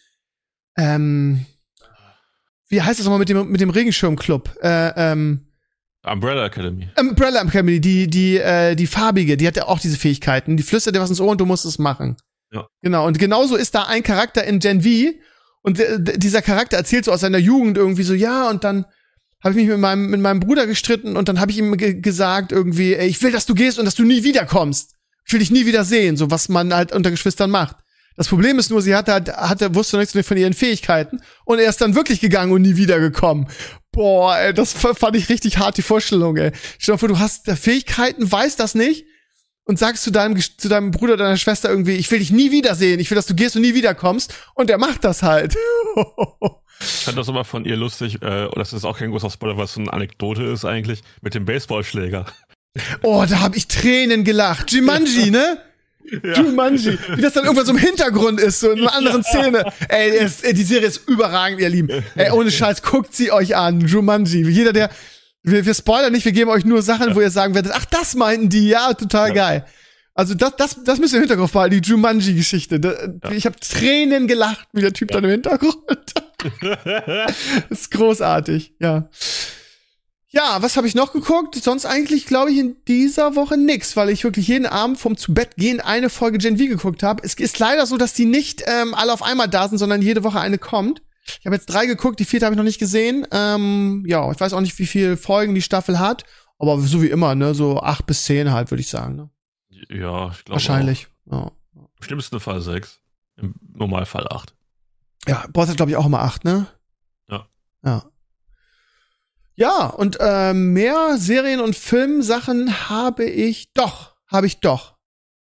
wie heißt das nochmal mit dem Regenschirmclub? Umbrella Academy. Umbrella Academy, die farbige, die hat ja auch diese Fähigkeiten. Die flüstert dir was ins Ohr und du musst es machen. Ja. Genau, und genauso ist da ein Charakter in Gen V und dieser Charakter erzählt so aus seiner Jugend irgendwie so, ja, und dann habe ich mich mit meinem Bruder gestritten und dann habe ich ihm gesagt irgendwie, ey, ich will, dass du gehst und dass du nie wiederkommst. Ich will dich nie wieder sehen, so was man halt unter Geschwistern macht. Das Problem ist nur, sie wusste nichts von ihren Fähigkeiten und er ist dann wirklich gegangen und nie wiedergekommen. Boah, ey, das fand ich richtig hart, die Vorstellung, ey. Stell dir vor, du hast Fähigkeiten, weißt das nicht und sagst zu deinem Bruder oder deiner Schwester irgendwie, ich will dich nie wiedersehen, ich will, dass du gehst und nie wiederkommst und er macht das halt. Ich fand das immer von ihr lustig, oder das ist auch kein großer Spoiler, was so eine Anekdote ist eigentlich, mit dem Baseballschläger. Oh, da hab ich Tränen gelacht. Jumanji, ne? Ja. Jumanji. Wie das dann irgendwann so im Hintergrund ist, so in einer anderen Szene. Ey, die Serie ist überragend, ihr Lieben. Ey, ohne Scheiß, guckt sie euch an. Jumanji. Jeder, wir spoilern nicht, wir geben euch nur Sachen, wo ihr sagen werdet, ach, das meinten die, ja, total geil. Also das müsst ihr im Hinterkopf behalten, die Jumanji-Geschichte. Ich habe Tränen gelacht, wie der Typ dann im Hintergrund. Das ist großartig, ja. Ja, was habe ich noch geguckt? Sonst eigentlich, glaube ich, in dieser Woche nix, weil ich wirklich jeden Abend vom Zubettgehen eine Folge Gen V geguckt habe. Es ist leider so, dass die nicht alle auf einmal da sind, sondern jede Woche eine kommt. Ich habe jetzt 3 geguckt, die 4. habe ich noch nicht gesehen. Ja, ich weiß auch nicht, wie viele Folgen die Staffel hat, aber so wie immer, ne, so 8 bis 10 halt, würde ich sagen. Ne? Ja, ich glaube wahrscheinlich. Ja. Im schlimmsten Fall 6, im Normalfall 8. Ja, Boss hat, glaube ich, auch immer 8, ne? Ja. Ja. Ja, und mehr Serien- und Filmsachen habe ich doch. Habe ich das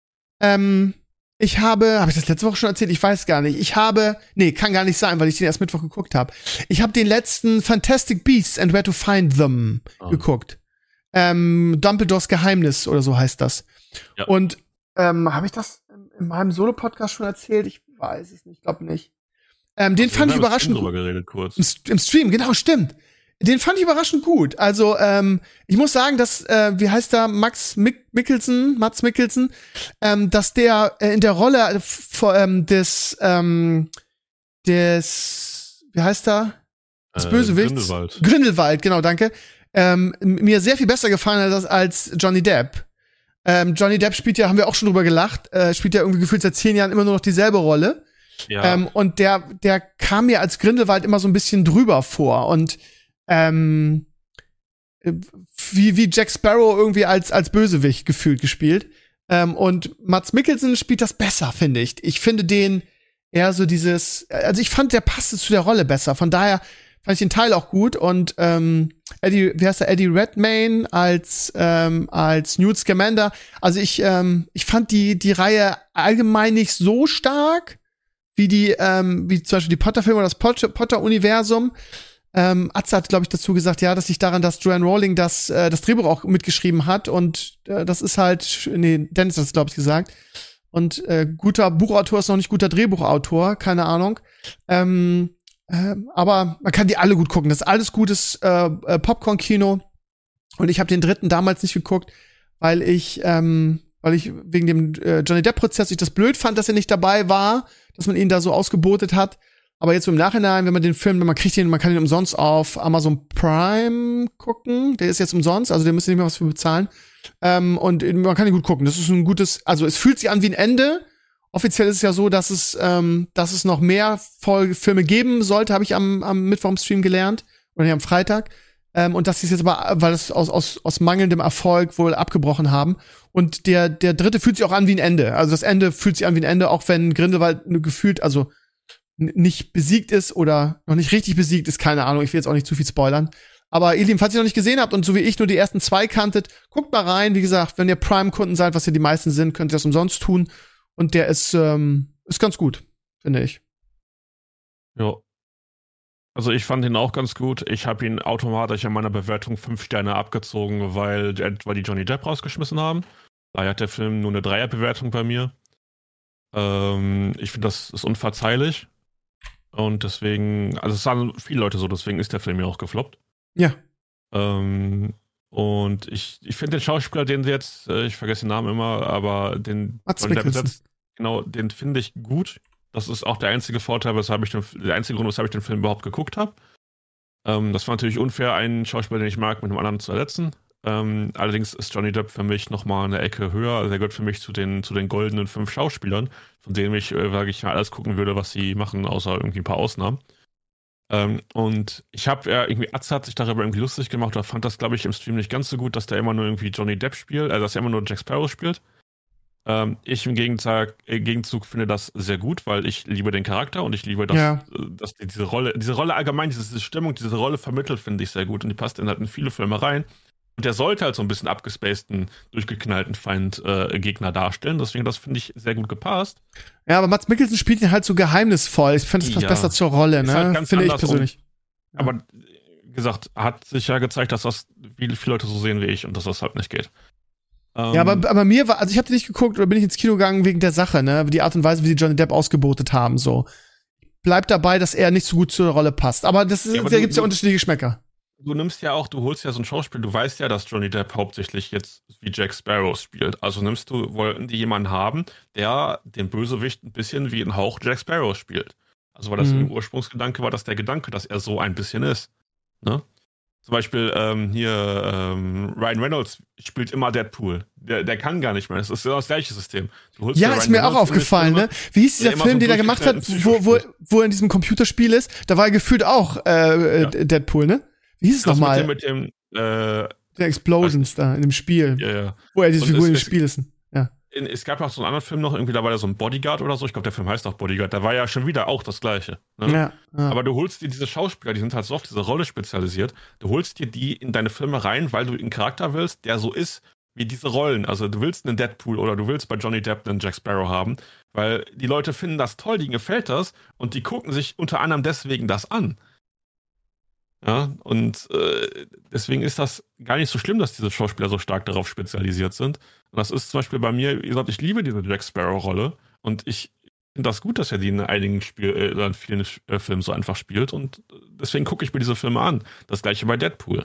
letzte Woche schon erzählt? Ich weiß gar nicht. Kann gar nicht sein, weil ich den erst Mittwoch geguckt habe. Ich habe den letzten Fantastic Beasts and Where to Find Them geguckt. Dumbledores Geheimnis oder so heißt das. Ja. Und habe ich das in meinem Solo-Podcast schon erzählt? Ich weiß es nicht, glaube nicht. Den fand ich überraschend gut. Geredet, kurz. Im Stream, genau, stimmt. Den fand ich überraschend gut. Also, ich muss sagen, dass, wie heißt der, Mats Mikkelsen, dass der in der Rolle des, wie heißt er? Des Bösewichts? Grindelwald, genau, danke. Mir sehr viel besser gefallen hat als Johnny Depp. Johnny Depp spielt ja, haben wir auch schon drüber gelacht, spielt ja irgendwie gefühlt seit 10 Jahren immer nur noch dieselbe Rolle. Ja. Und der kam mir als Grindelwald immer so ein bisschen drüber vor und wie Jack Sparrow irgendwie als Bösewicht gefühlt gespielt. Und Mats Mikkelsen spielt das besser, finde ich. Ich finde den eher so ich fand, der passte zu der Rolle besser. Von daher fand ich den Teil auch gut. Und Eddie Redmayne als Newt Scamander. Also ich fand die Reihe allgemein nicht so stark wie wie zum Beispiel die Potter-Filme oder das Potter-Universum. Atze hat, glaube ich, dazu gesagt, ja, dass sich daran, dass Joanne Rowling das Drehbuch auch mitgeschrieben hat und das ist halt, Dennis hat es, glaube ich, gesagt. Und guter Buchautor ist noch nicht guter Drehbuchautor, keine Ahnung. Aber man kann die alle gut gucken. Das ist alles gutes Popcorn-Kino. Und ich habe den 3. damals nicht geguckt, weil ich wegen dem Johnny Depp-Prozess ich das blöd fand, dass er nicht dabei war, dass man ihn da so ausgebotet hat. Aber jetzt so im Nachhinein, wenn man den Film, man kann ihn umsonst auf Amazon Prime gucken. Der ist jetzt umsonst, also der müsst ihr nicht mehr was für bezahlen. Und man kann ihn gut gucken. Das ist ein gutes, also es fühlt sich an wie ein Ende. Offiziell ist es ja so, dass es noch mehr Filme geben sollte, habe ich am Mittwoch im Stream gelernt. Oder am Freitag. Und dass sie es jetzt aber, weil es aus mangelndem Erfolg wohl abgebrochen haben. Und der 3. fühlt sich auch an wie ein Ende. Also das Ende fühlt sich an wie ein Ende, auch wenn Grindelwald gefühlt, also nicht besiegt ist oder noch nicht richtig besiegt ist, keine Ahnung, ich will jetzt auch nicht zu viel spoilern. Aber ihr Lieben, falls ihr noch nicht gesehen habt und so wie ich nur die ersten 2 kanntet, guckt mal rein. Wie gesagt, wenn ihr Prime-Kunden seid, was ja die meisten sind, könnt ihr das umsonst tun. Und der ist ganz gut, finde ich. Ja. Also ich fand ihn auch ganz gut. Ich habe ihn automatisch in meiner Bewertung 5 Sterne abgezogen, weil die Johnny Depp rausgeschmissen haben. Daher hat der Film nur eine 3er-Bewertung bei mir. Ich finde, das ist unverzeihlich. Und deswegen, also es sahen viele Leute so, deswegen ist der Film ja auch gefloppt. Ja. Und ich finde den Schauspieler, den sie jetzt, ich vergesse den Namen immer, aber den Mads Johnny Depp Mikkelsen. besetzt, genau, den finde ich gut. Das ist auch der einzige Vorteil, der einzige Grund, weshalb ich den Film überhaupt geguckt habe. Das war natürlich unfair, einen Schauspieler, den ich mag, mit einem anderen zu ersetzen. Allerdings ist Johnny Depp für mich nochmal eine Ecke höher. Also er gehört für mich zu den goldenen 5 Schauspielern, von denen ich, sage ich mal, alles gucken würde, was sie machen, außer irgendwie ein paar Ausnahmen. Und ich habe irgendwie, Atze hat sich darüber irgendwie lustig gemacht, oder fand das, glaube ich, im Stream nicht ganz so gut, dass der immer nur irgendwie Johnny Depp spielt, dass er immer nur Jack Sparrow spielt. Ich im Gegenzug finde das sehr gut, weil ich liebe den Charakter und ich liebe, dass diese Rolle allgemein, diese Stimmung, diese Rolle vermittelt, finde ich sehr gut und die passt halt in viele Filme rein. Und der sollte halt so ein bisschen abgespaceden, durchgeknallten Gegner darstellen. Deswegen, das finde ich sehr gut gepasst. Ja, aber Mads Mikkelsen spielt ihn halt so geheimnisvoll. Ich finde, das passt besser zur Rolle, ne? Halt Finde ich persönlich. Ja. Aber, wie gesagt, hat sich ja gezeigt, dass das viele Leute so sehen wie ich und dass das halt nicht geht. Ja, aber mir war, also ich habe den nicht geguckt oder bin ich ins Kino gegangen wegen der Sache, ne? Die Art und Weise, wie sie Johnny Depp ausgebotet haben, so. Bleibt dabei, dass er nicht so gut zur Rolle passt. Aber da gibt's ja unterschiedliche Geschmäcker. Du holst ja so ein Schauspiel, du weißt ja, dass Johnny Depp hauptsächlich jetzt wie Jack Sparrow spielt. Also wollten die jemanden haben, der den Bösewicht ein bisschen wie ein Hauch Jack Sparrow spielt. Also weil das im Ursprungsgedanke war, dass der Gedanke, dass er so ein bisschen ist. Ne? Zum Beispiel Ryan Reynolds spielt immer Deadpool. Der kann gar nicht mehr. Das ist das gleiche System. Ja, ist mir auch aufgefallen, ne? Wie hieß dieser Film, den er gemacht hat, wo er in diesem Computerspiel ist? Da war er gefühlt auch Deadpool, ne? Wie hieß es nochmal? Mit dem der Explosions da in dem Spiel. Ja. Wo er diese Figur im Spiel ist. Ja. Es gab auch so einen anderen Film noch, irgendwie, da war da so ein Bodyguard oder so. Ich glaube, der Film heißt auch Bodyguard. Da war ja schon wieder auch das Gleiche. Ne? Ja. Aber du holst dir diese Schauspieler, die sind halt so auf diese Rolle spezialisiert. Du holst dir die in deine Filme rein, weil du einen Charakter willst, der so ist wie diese Rollen. Also du willst einen Deadpool oder du willst bei Johnny Depp einen Jack Sparrow haben, weil die Leute finden das toll, denen gefällt das und die gucken sich unter anderem deswegen das an. Ja, und deswegen ist das gar nicht so schlimm, dass diese Schauspieler so stark darauf spezialisiert sind. Und das ist zum Beispiel bei mir, wie gesagt, ich liebe diese Jack Sparrow-Rolle und ich finde das gut, dass er die in einigen in vielen Filmen so einfach spielt und deswegen gucke ich mir diese Filme an. Das gleiche bei Deadpool.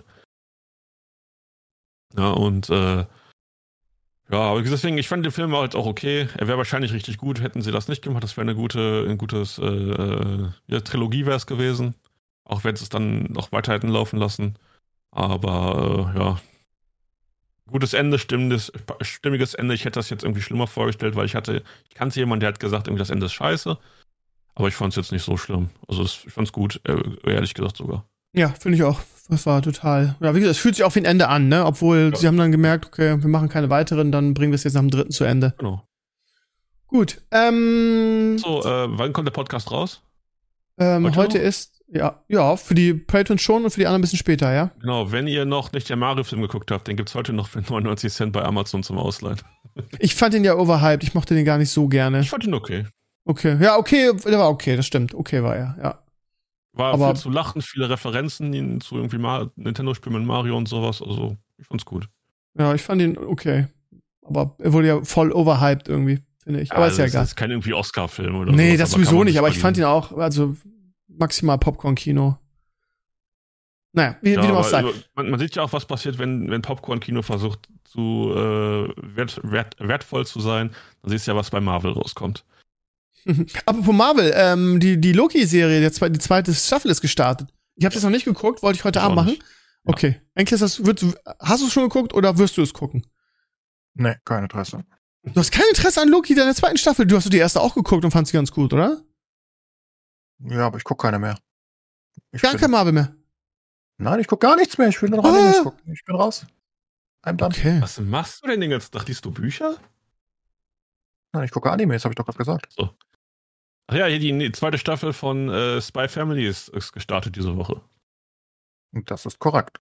Ja, und aber deswegen, ich fand den Film halt auch okay. Er wäre wahrscheinlich richtig gut, hätten sie das nicht gemacht. Das wäre eine gutes Trilogie wäre es gewesen. Auch wenn sie es dann noch weiter hätten laufen lassen. Aber gutes Ende, stimmiges Ende. Ich hätte das jetzt irgendwie schlimmer vorgestellt, weil ich kannte jemanden, der hat gesagt, irgendwie das Ende ist scheiße. Aber ich fand es jetzt nicht so schlimm. Also ich fand es gut, ehrlich gesagt sogar. Ja, finde ich auch. Das war total. Ja, wie gesagt, es fühlt sich auch wie ein Ende an, ne? Obwohl sie haben dann gemerkt, okay, wir machen keine weiteren, dann bringen wir es jetzt nach dem 3. zu Ende. Genau. Gut. Wann kommt der Podcast raus? Heute ist für die Patrons schon und für die anderen ein bisschen später, ja? Genau, wenn ihr noch nicht den Mario-Film geguckt habt, den gibt's heute noch für 99 Cent bei Amazon zum Ausleihen. Ich fand den ja overhyped, ich mochte den gar nicht so gerne. Ich fand ihn okay. Okay, ja, okay, der war okay, das stimmt. Okay war er, ja. War aber viel zu lachen, viele Referenzen zu irgendwie Nintendo-Spielen mit Mario und sowas, also ich fand's gut. Ja, ich fand ihn okay. Aber er wurde ja voll overhyped irgendwie, finde ich. Aber ist ja egal. Das ist kein irgendwie Oscar-Film oder so. Nee, das sowieso nicht, aber ich fand ihn auch, also maximal Popcorn-Kino. Naja, wie dem auch sei. Man sieht ja auch, was passiert, wenn Popcorn-Kino versucht, zu wertvoll zu sein. Dann siehst du ja, was bei Marvel rauskommt. Apropos Marvel, die Loki-Serie, die zweite Staffel ist gestartet. Ich habe das noch nicht geguckt, wollte ich heute Abend machen. Ja. Okay. Eigentlich hast du es schon geguckt oder wirst du es gucken? Nee, kein Interesse. Du hast kein Interesse an Loki, deiner zweiten Staffel. Du hast die erste auch geguckt und fandst sie ganz gut, oder? Ja, aber ich gucke keine mehr. Kein Marvel mehr? Nein, ich gucke gar nichts mehr. Ich will nur noch Animes gucken. Ich bin raus. Okay. Was machst du denn den ganzen Tag? Liest du Bücher? Nein, ich gucke Animes, habe ich doch gerade gesagt. So. Ach ja, hier die zweite Staffel von Spy Family ist gestartet diese Woche. Und das ist korrekt.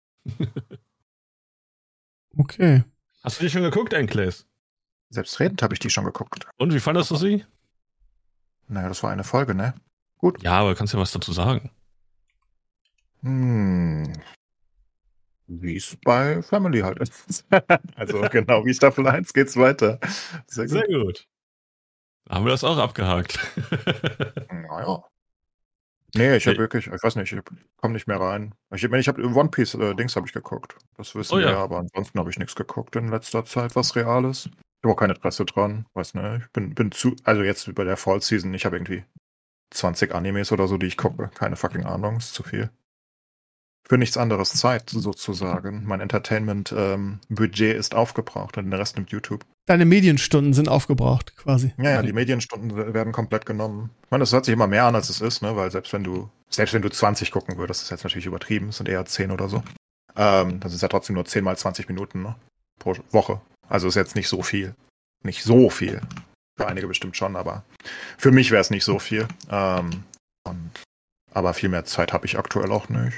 Okay. Hast du die schon geguckt, Enkles? Selbstredend habe ich die schon geguckt. Und, wie fandest du sie? Naja, das war eine Folge, ne? Gut. Ja, aber kannst ja was dazu sagen. Wie es bei Family halt ist. Also genau wie Staffel 1 geht's weiter. Sehr gut. Sehr gut. Haben wir das auch abgehakt. Naja. Nee, ich weiß nicht, ich komme nicht mehr rein. Ich habe One Piece Dings habe ich geguckt. Das wissen wir ja, aber ansonsten habe ich nichts geguckt in letzter Zeit, was Reales. Ich habe auch kein Interesse dran. Weiß nicht. Ich bin also jetzt bei der Fall Season, ich habe irgendwie 20 Animes oder so, die ich gucke. Keine fucking Ahnung, ist zu viel. Für nichts anderes Zeit, sozusagen. Mein Entertainment-Budget ist aufgebraucht und den Rest nimmt YouTube. Deine Medienstunden sind aufgebraucht, quasi. Ja, die Medienstunden werden komplett genommen. Ich meine, das hört sich immer mehr an, als es ist, ne? Weil selbst wenn du 20 gucken würdest, ist jetzt natürlich übertrieben, es sind eher 10 oder so. Das ist ja trotzdem nur 10 mal 20 Minuten, ne? Pro Woche. Also ist jetzt nicht so viel. Nicht so viel. Für einige bestimmt schon, aber für mich wäre es nicht so viel. Aber viel mehr Zeit habe ich aktuell auch nicht.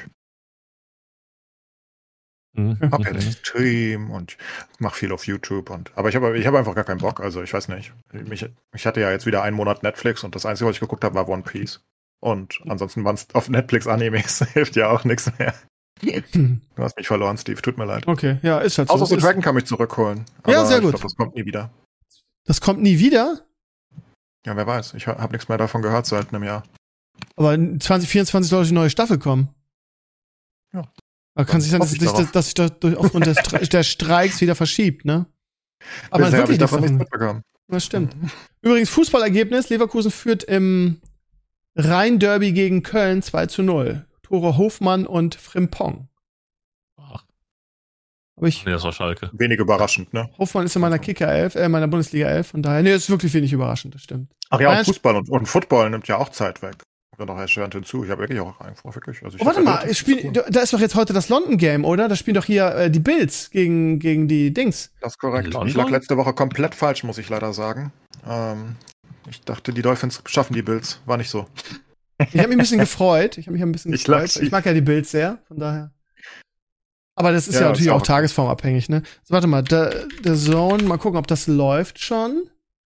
Hab ja den Stream und mach viel auf YouTube aber ich hab einfach gar keinen Bock, also ich weiß nicht. Ich hatte ja jetzt wieder einen Monat Netflix und das Einzige, was ich geguckt habe, war One Piece. Und ansonsten waren es auf Netflix Animes, hilft ja auch nichts mehr. Du hast mich verloren, Steve, tut mir leid. Okay, ja, ist halt so. Außer The Dragon kann mich zurückholen. Aber ja, sehr gut. Ich glaub, das kommt nie wieder. Das kommt nie wieder? Ja, wer weiß. Ich habe nichts mehr davon gehört seit einem Jahr. Aber 2024 soll die neue Staffel kommen. Ja. Aber kann sich sein, dass sich das aufgrund der Streiks wieder verschiebt, ne? Aber man wirklich davon nichts mitbekommen. Das stimmt. Übrigens, Fußballergebnis: Leverkusen führt im Rhein-Derby gegen Köln 2:0. Tore Hofmann und Frimpong. Ach. Nee, das war Schalke. Wenig überraschend, ne? Hofmann ist in meiner Kicker-11, meiner Bundesliga-11, von daher. Nee, ist wirklich wenig überraschend, das stimmt. Ach ja, und Fußball und Football nimmt ja auch Zeit weg. Noch erschwerend hinzu. Ich habe wirklich auch einfach wirklich. Also warte mal, da ist doch jetzt heute das London Game, oder? Da spielen doch hier die Bills gegen die Dings. Das ist korrekt. Ich lag letzte Woche komplett falsch, muss ich leider sagen. Ich dachte, die Dolphins schaffen die Bills. War nicht so. Ich habe mich ein bisschen gefreut. Ich mag ja die Bills sehr, von daher. Aber das ist ja natürlich auch tagesformabhängig, ne? So, warte mal, der Zone, mal gucken, ob das läuft schon.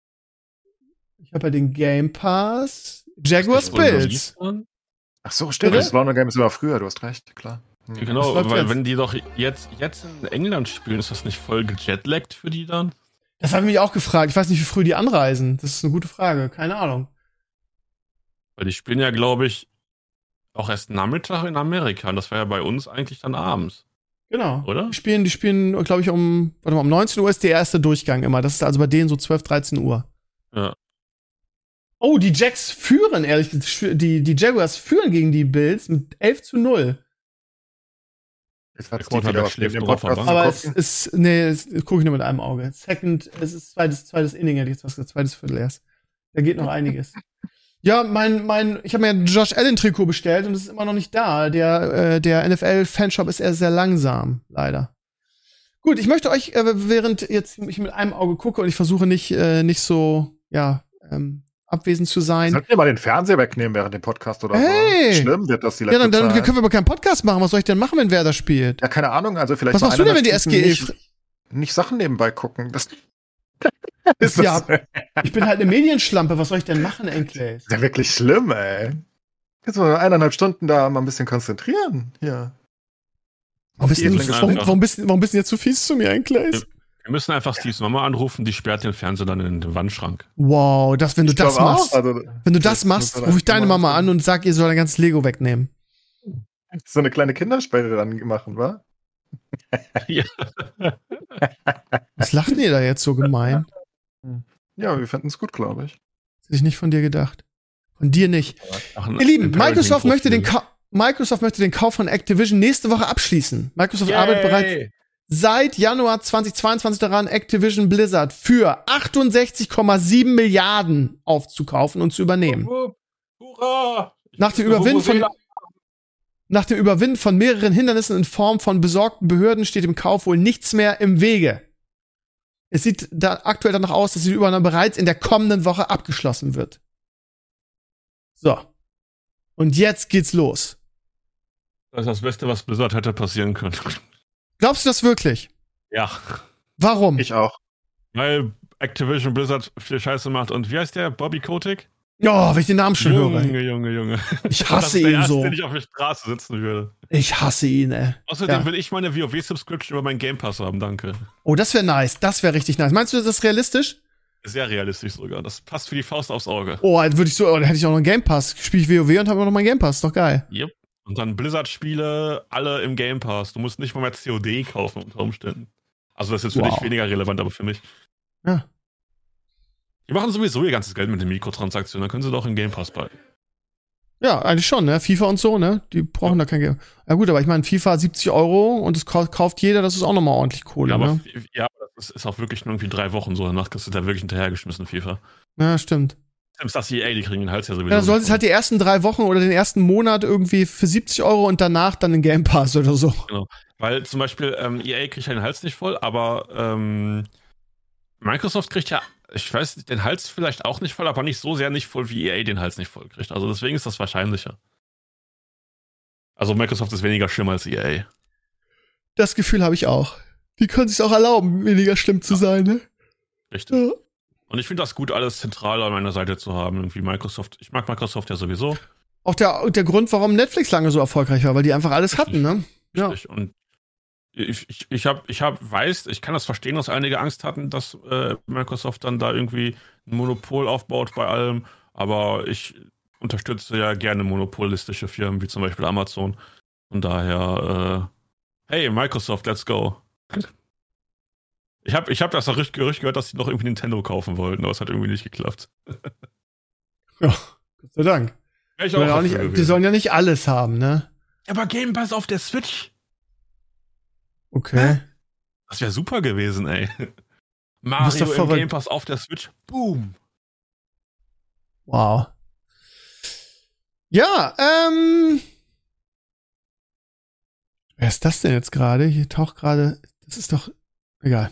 Ich habe ja den Game Pass. Jaguars Bills. Ach so, stimmt. Das London Game ist immer früher, du hast recht, klar. Genau, weil wenn die doch jetzt in England spielen, ist das nicht voll gejetlaggt für die dann? Das habe ich mich auch gefragt. Ich weiß nicht, wie früh die anreisen. Das ist eine gute Frage. Keine Ahnung. Weil die spielen ja, glaube ich, auch erst Nachmittag in Amerika. Und das war ja bei uns eigentlich dann abends. Genau. Oder? Die spielen, glaube ich, um 19 Uhr ist der erste Durchgang immer. Das ist also bei denen so 12, 13 Uhr. Ja. Oh, die Jacks führen, ehrlich gesagt. Die Jaguars führen gegen die Bills mit 11:0. Jetzt hat Steve wieder was neben dem Podcast. Aber das gucke ich nur mit einem Auge. Es ist zweites Inning, hätte ich jetzt was gesagt, zweites Viertel erst. Da geht noch einiges. Ja, ich habe mir ein Josh Allen-Trikot bestellt und es ist immer noch nicht da. Der NFL-Fanshop ist eher sehr langsam, leider. Gut, ich möchte euch, während jetzt ich mit einem Auge gucke und ich versuche nicht so, abwesend zu sein. Sollten wir mal den Fernseher wegnehmen während dem Podcast oder so? Schlimm wird das die letzte Zeit. Ja, dann können wir aber keinen Podcast machen. Was soll ich denn machen, wenn wer da spielt? Ja, keine Ahnung. Also vielleicht was machst du denn, wenn die SGE nicht Sachen nebenbei gucken? Das ja, ich bin halt eine Medienschlampe. Was soll ich denn machen, Enclaves? Das ist ja wirklich schlimm, ey. Jetzt mal 1,5 Stunden da mal ein bisschen konzentrieren. Ja. Warum bist du jetzt so fies zu mir, Enclaves? Wir müssen einfach Steves Mama anrufen, die sperrt den Fernseher dann in den Wandschrank. Wow, wenn du das machst, rufe ich deine Mama an und sag, ihr soll dein ganzes Lego wegnehmen. So eine kleine Kindersperre dran machen, wa? Ja. Was lacht ihr da jetzt so gemein? Ja, wir fanden es gut, glaube ich. Das hätte ich nicht von dir gedacht. Von dir nicht. Ihr Lieben, Microsoft möchte den Kauf von Activision nächste Woche abschließen. Microsoft arbeitet bereits seit Januar 2022 daran, Activision Blizzard für 68,7 Milliarden aufzukaufen und zu übernehmen. Hurra! Nach dem Überwinden von mehreren Hindernissen in Form von besorgten Behörden steht dem Kauf wohl nichts mehr im Wege. Es sieht da aktuell danach aus, dass die Übernahme bereits in der kommenden Woche abgeschlossen wird. So. Und jetzt geht's los. Das ist das Beste, was Blizzard hätte passieren können. Glaubst du das wirklich? Ja. Warum? Ich auch. Weil Activision Blizzard viel Scheiße macht. Und wie heißt der? Bobby Kotick? Ja, wenn ich den Namen schon höre. Junge. Ich hasse ihn der erste, so. den ich auf der Straße sitzen würde. Ich hasse ihn, ey. Außerdem Ja. will ich meine WoW-Subscription über meinen Game Pass haben, danke. Oh, das wäre nice. Das wäre richtig nice. Meinst du, das ist realistisch? Sehr realistisch sogar. Das passt wie die Faust aufs Auge. Oh, dann würde ich so, dann hätte ich auch noch einen Game Pass. Spiele ich WoW und habe noch meinen Game Pass. Ist doch geil. Yep. Und dann Blizzard-Spiele alle im Game Pass. Du musst nicht mal mehr COD kaufen unter Umständen. Also das ist jetzt für dich weniger relevant, aber für mich. Ja. Die machen sowieso ihr ganzes Geld mit den Mikrotransaktionen. Dann können sie doch im Game Pass behalten. Ja, eigentlich schon, ne? FIFA und so, ne? Die brauchen da kein Geld. Ja gut, aber ich meine, FIFA 70 € und das kauft jeder, das ist auch nochmal ordentlich Kohle, Ja, aber ne? das ist auch wirklich nur irgendwie 3 Wochen so. Danach kriegst du da wirklich hinterhergeschmissen, FIFA. Ja, stimmt. Selbst das EA, die kriegen den Hals ja sowieso. Ja, dann solltest nicht halt die ersten 3 Wochen oder den ersten Monat irgendwie für 70 € und danach dann den Game Pass oder so. Genau. Weil zum Beispiel EA kriegt ja den Hals nicht voll, aber Microsoft kriegt ja, ich weiß, den Hals vielleicht auch nicht voll, aber nicht so sehr nicht voll, wie EA den Hals nicht voll kriegt. Also deswegen ist das wahrscheinlicher. Also Microsoft ist weniger schlimm als EA. Das Gefühl habe ich auch. Die können sich auch erlauben, weniger schlimm zu sein, ne? Richtig. Ja. Und ich finde das gut, alles zentral an meiner Seite zu haben. Irgendwie Microsoft, ich mag Microsoft ja sowieso. Auch der Grund, warum Netflix lange so erfolgreich war, weil die einfach alles hatten, ne? Ja. Richtig. Und ich kann das verstehen, dass einige Angst hatten, dass Microsoft dann da irgendwie ein Monopol aufbaut bei allem. Aber ich unterstütze ja gerne monopolistische Firmen, wie zum Beispiel Amazon. Von daher, hey, Microsoft, let's go. Ich hab das Gerücht gehört, dass sie noch irgendwie Nintendo kaufen wollten, aber es hat irgendwie nicht geklappt. Ja, Gott sei Dank. Wäre ich Die sollen, auch auch nicht, dafür die gewesen. sollen ja nicht alles haben, ne? Aber Game Pass auf der Switch, Okay. das wäre super gewesen, ey. bist Mario doch im verrückt. Game Pass auf der Switch, boom. Wow. Ja, wer ist das denn jetzt gerade? Hier taucht gerade, das ist doch, egal.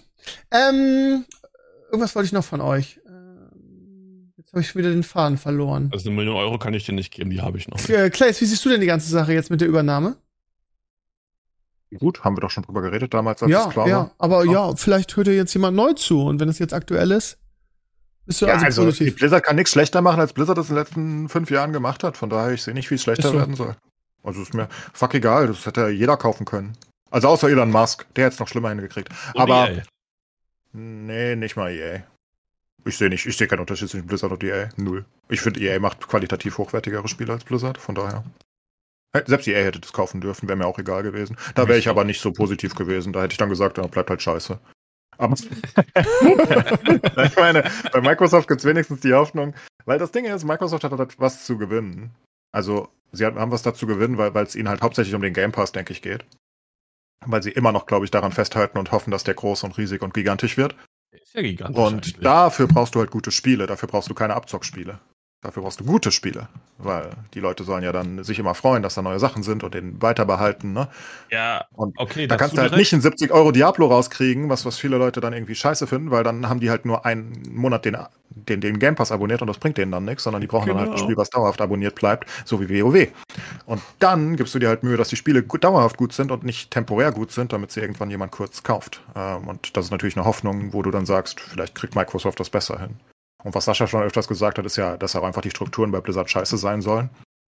Irgendwas wollte ich noch von euch. Jetzt habe ich wieder den Faden verloren. Also 1 Million Euro kann ich dir nicht geben, die habe ich noch. Claes, wie siehst du denn die ganze Sache jetzt mit der Übernahme? Gut, haben wir doch schon drüber geredet damals, als Ja, es klar war. ja, aber ja, vielleicht hört ja jetzt jemand neu zu und wenn es jetzt aktuell ist, bist du Ja, also also die positiv. Blizzard kann nichts schlechter machen, als Blizzard das in den letzten 5 Jahren gemacht hat. Von daher, ich sehe nicht, wie es schlechter Ist so. werden soll. Also ist mir fuck egal, das hätte ja jeder kaufen können. Also außer Elon Musk, der hätte es noch schlimmer hingekriegt. Und Aber EA. nee, nicht mal EA. Ich sehe keinen Unterschied zwischen Blizzard und EA. Null. Ich finde, EA macht qualitativ hochwertigere Spiele als Blizzard, von daher. Selbst EA hätte das kaufen dürfen, wäre mir auch egal gewesen. Da wäre ich aber nicht so positiv gewesen. Da hätte ich dann gesagt, ja, bleibt halt scheiße. Aber ich meine, bei Microsoft gibt es wenigstens die Hoffnung, weil das Ding ist, Microsoft hat halt was zu gewinnen. Also, sie haben was dazu gewinnen, weil es ihnen halt hauptsächlich um den Game Pass, denke ich, geht. Weil sie immer noch, glaube ich, daran festhalten und hoffen, dass der groß und riesig und gigantisch wird. Ist ja gigantisch. Und eigentlich. dafür brauchst du halt gute Spiele, dafür brauchst du keine Abzockspiele. Dafür brauchst du gute Spiele, weil die Leute sollen ja dann sich immer freuen, dass da neue Sachen sind und den weiter behalten, ne? Ja, Und okay, da das kannst tut du halt recht. nicht einen 70 € Diablo rauskriegen, was viele Leute dann irgendwie scheiße finden, weil dann haben die halt nur einen Monat den Game Pass abonniert und das bringt denen dann nichts, sondern die brauchen dann halt ein Genau. Spiel, was dauerhaft abonniert bleibt, so wie WoW. Und dann gibst du dir halt Mühe, dass die Spiele dauerhaft gut sind und nicht temporär gut sind, damit sie irgendwann jemand kurz kauft. Und das ist natürlich eine Hoffnung, wo du dann sagst, vielleicht kriegt Microsoft das besser hin. Und was Sascha schon öfters gesagt hat, ist ja, dass auch einfach die Strukturen bei Blizzard scheiße sein sollen.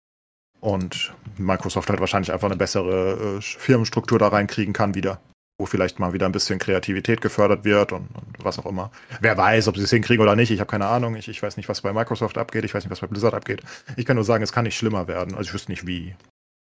Und Microsoft halt wahrscheinlich einfach eine bessere Firmenstruktur da reinkriegen kann wieder. Wo vielleicht mal wieder ein bisschen Kreativität gefördert wird und was auch immer. Wer weiß, ob sie es hinkriegen oder nicht. Ich habe keine Ahnung. Ich weiß nicht, was bei Microsoft abgeht. Ich weiß nicht, was bei Blizzard abgeht. Ich kann nur sagen, es kann nicht schlimmer werden. Also ich wüsste nicht, wie.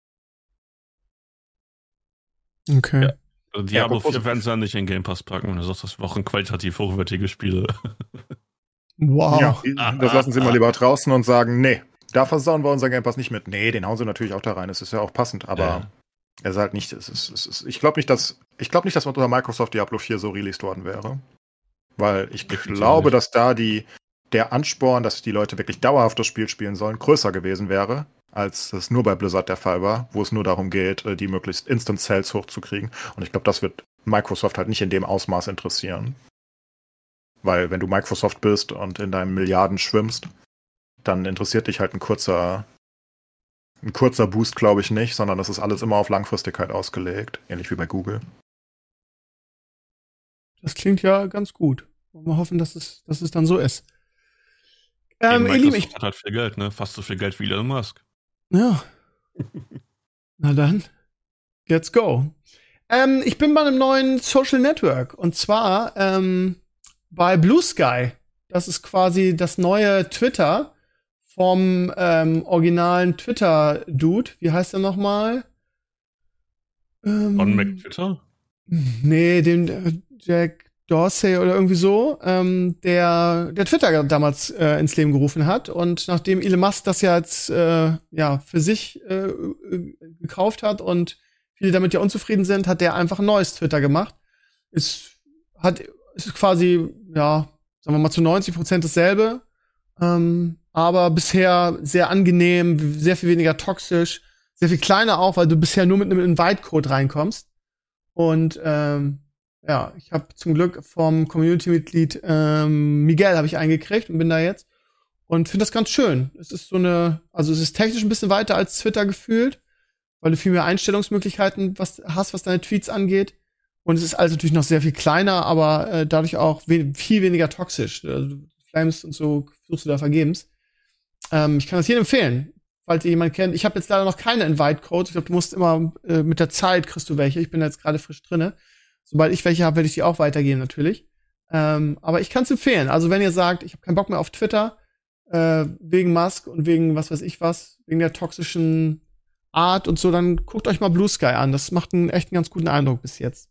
Okay. Ja. Also Diablo Ja, 4 werden sie dann nicht in den Game Pass packen. Und du sagst, das waren qualitativ hochwertige Spiele. Wow. Ja, das lassen sie mal lieber draußen und sagen, nee, da versauen wir unseren Game Pass nicht mit. Nee, den hauen sie natürlich auch da rein. Es ist ja auch passend, aber Ja. es ist halt nicht, ich glaube nicht, dass unter Microsoft Diablo 4 so released worden wäre. Weil ich Definitiv glaube, nicht. dass da der Ansporn, dass die Leute wirklich dauerhaft das Spiel spielen sollen, größer gewesen wäre, als das nur bei Blizzard der Fall war, wo es nur darum geht, die möglichst Instant Sales hochzukriegen. Und ich glaube, das wird Microsoft halt nicht in dem Ausmaß interessieren. Weil wenn du Microsoft bist und in deinen Milliarden schwimmst, dann interessiert dich halt ein kurzer Boost, glaube ich, nicht, sondern das ist alles immer auf Langfristigkeit ausgelegt. Ähnlich wie bei Google. Das klingt ja ganz gut. Wollen wir hoffen, dass es dann so ist. Ihr Lieben, Microsoft hat viel Geld, ne? Fast so viel Geld wie Elon Musk. Ja. Na dann, let's go. Ich bin bei einem neuen Social Network und zwar bei Blue Sky. Das ist quasi das neue Twitter vom originalen Twitter-Dude. Wie heißt der nochmal? Von McTwitter? Nee, den Jack Dorsey oder irgendwie so, der Twitter damals ins Leben gerufen hat. Und nachdem Elon Musk das ja jetzt für sich gekauft hat und viele damit ja unzufrieden sind, hat der einfach ein neues Twitter gemacht. Ist quasi, ja, sagen wir mal zu 90% dasselbe, aber bisher sehr angenehm, sehr viel weniger toxisch, sehr viel kleiner auch, weil du bisher nur mit einem Invite-Code reinkommst. Und ich habe zum Glück vom Community-Mitglied Miguel habe ich eingekriegt und bin da jetzt und finde das ganz schön. Es ist es ist technisch ein bisschen weiter als Twitter gefühlt, weil du viel mehr Einstellungsmöglichkeiten hast, was deine Tweets angeht. Und es ist also natürlich noch sehr viel kleiner, aber dadurch auch viel weniger toxisch. Also Flames und so suchst du da vergebens. Ich kann das jedem empfehlen, falls ihr jemanden kennt. Ich habe jetzt leider noch keine Invite-Codes. Ich glaube, du musst immer mit der Zeit kriegst du welche. Ich bin jetzt gerade frisch drinne. Sobald ich welche habe, werde ich die auch weitergeben natürlich. Aber ich kann es empfehlen. Also wenn ihr sagt, ich habe keinen Bock mehr auf Twitter, wegen Musk und wegen was weiß ich was, wegen der toxischen Art und so, dann guckt euch mal Blue Sky an. Das macht echt einen ganz guten Eindruck bis jetzt.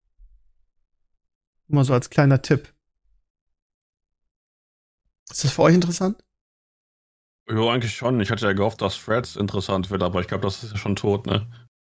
Mal so als kleiner Tipp. Ist das für euch interessant? Ja, eigentlich schon. Ich hatte ja gehofft, dass Threads interessant wird, aber ich glaube, das ist ja schon tot, ne?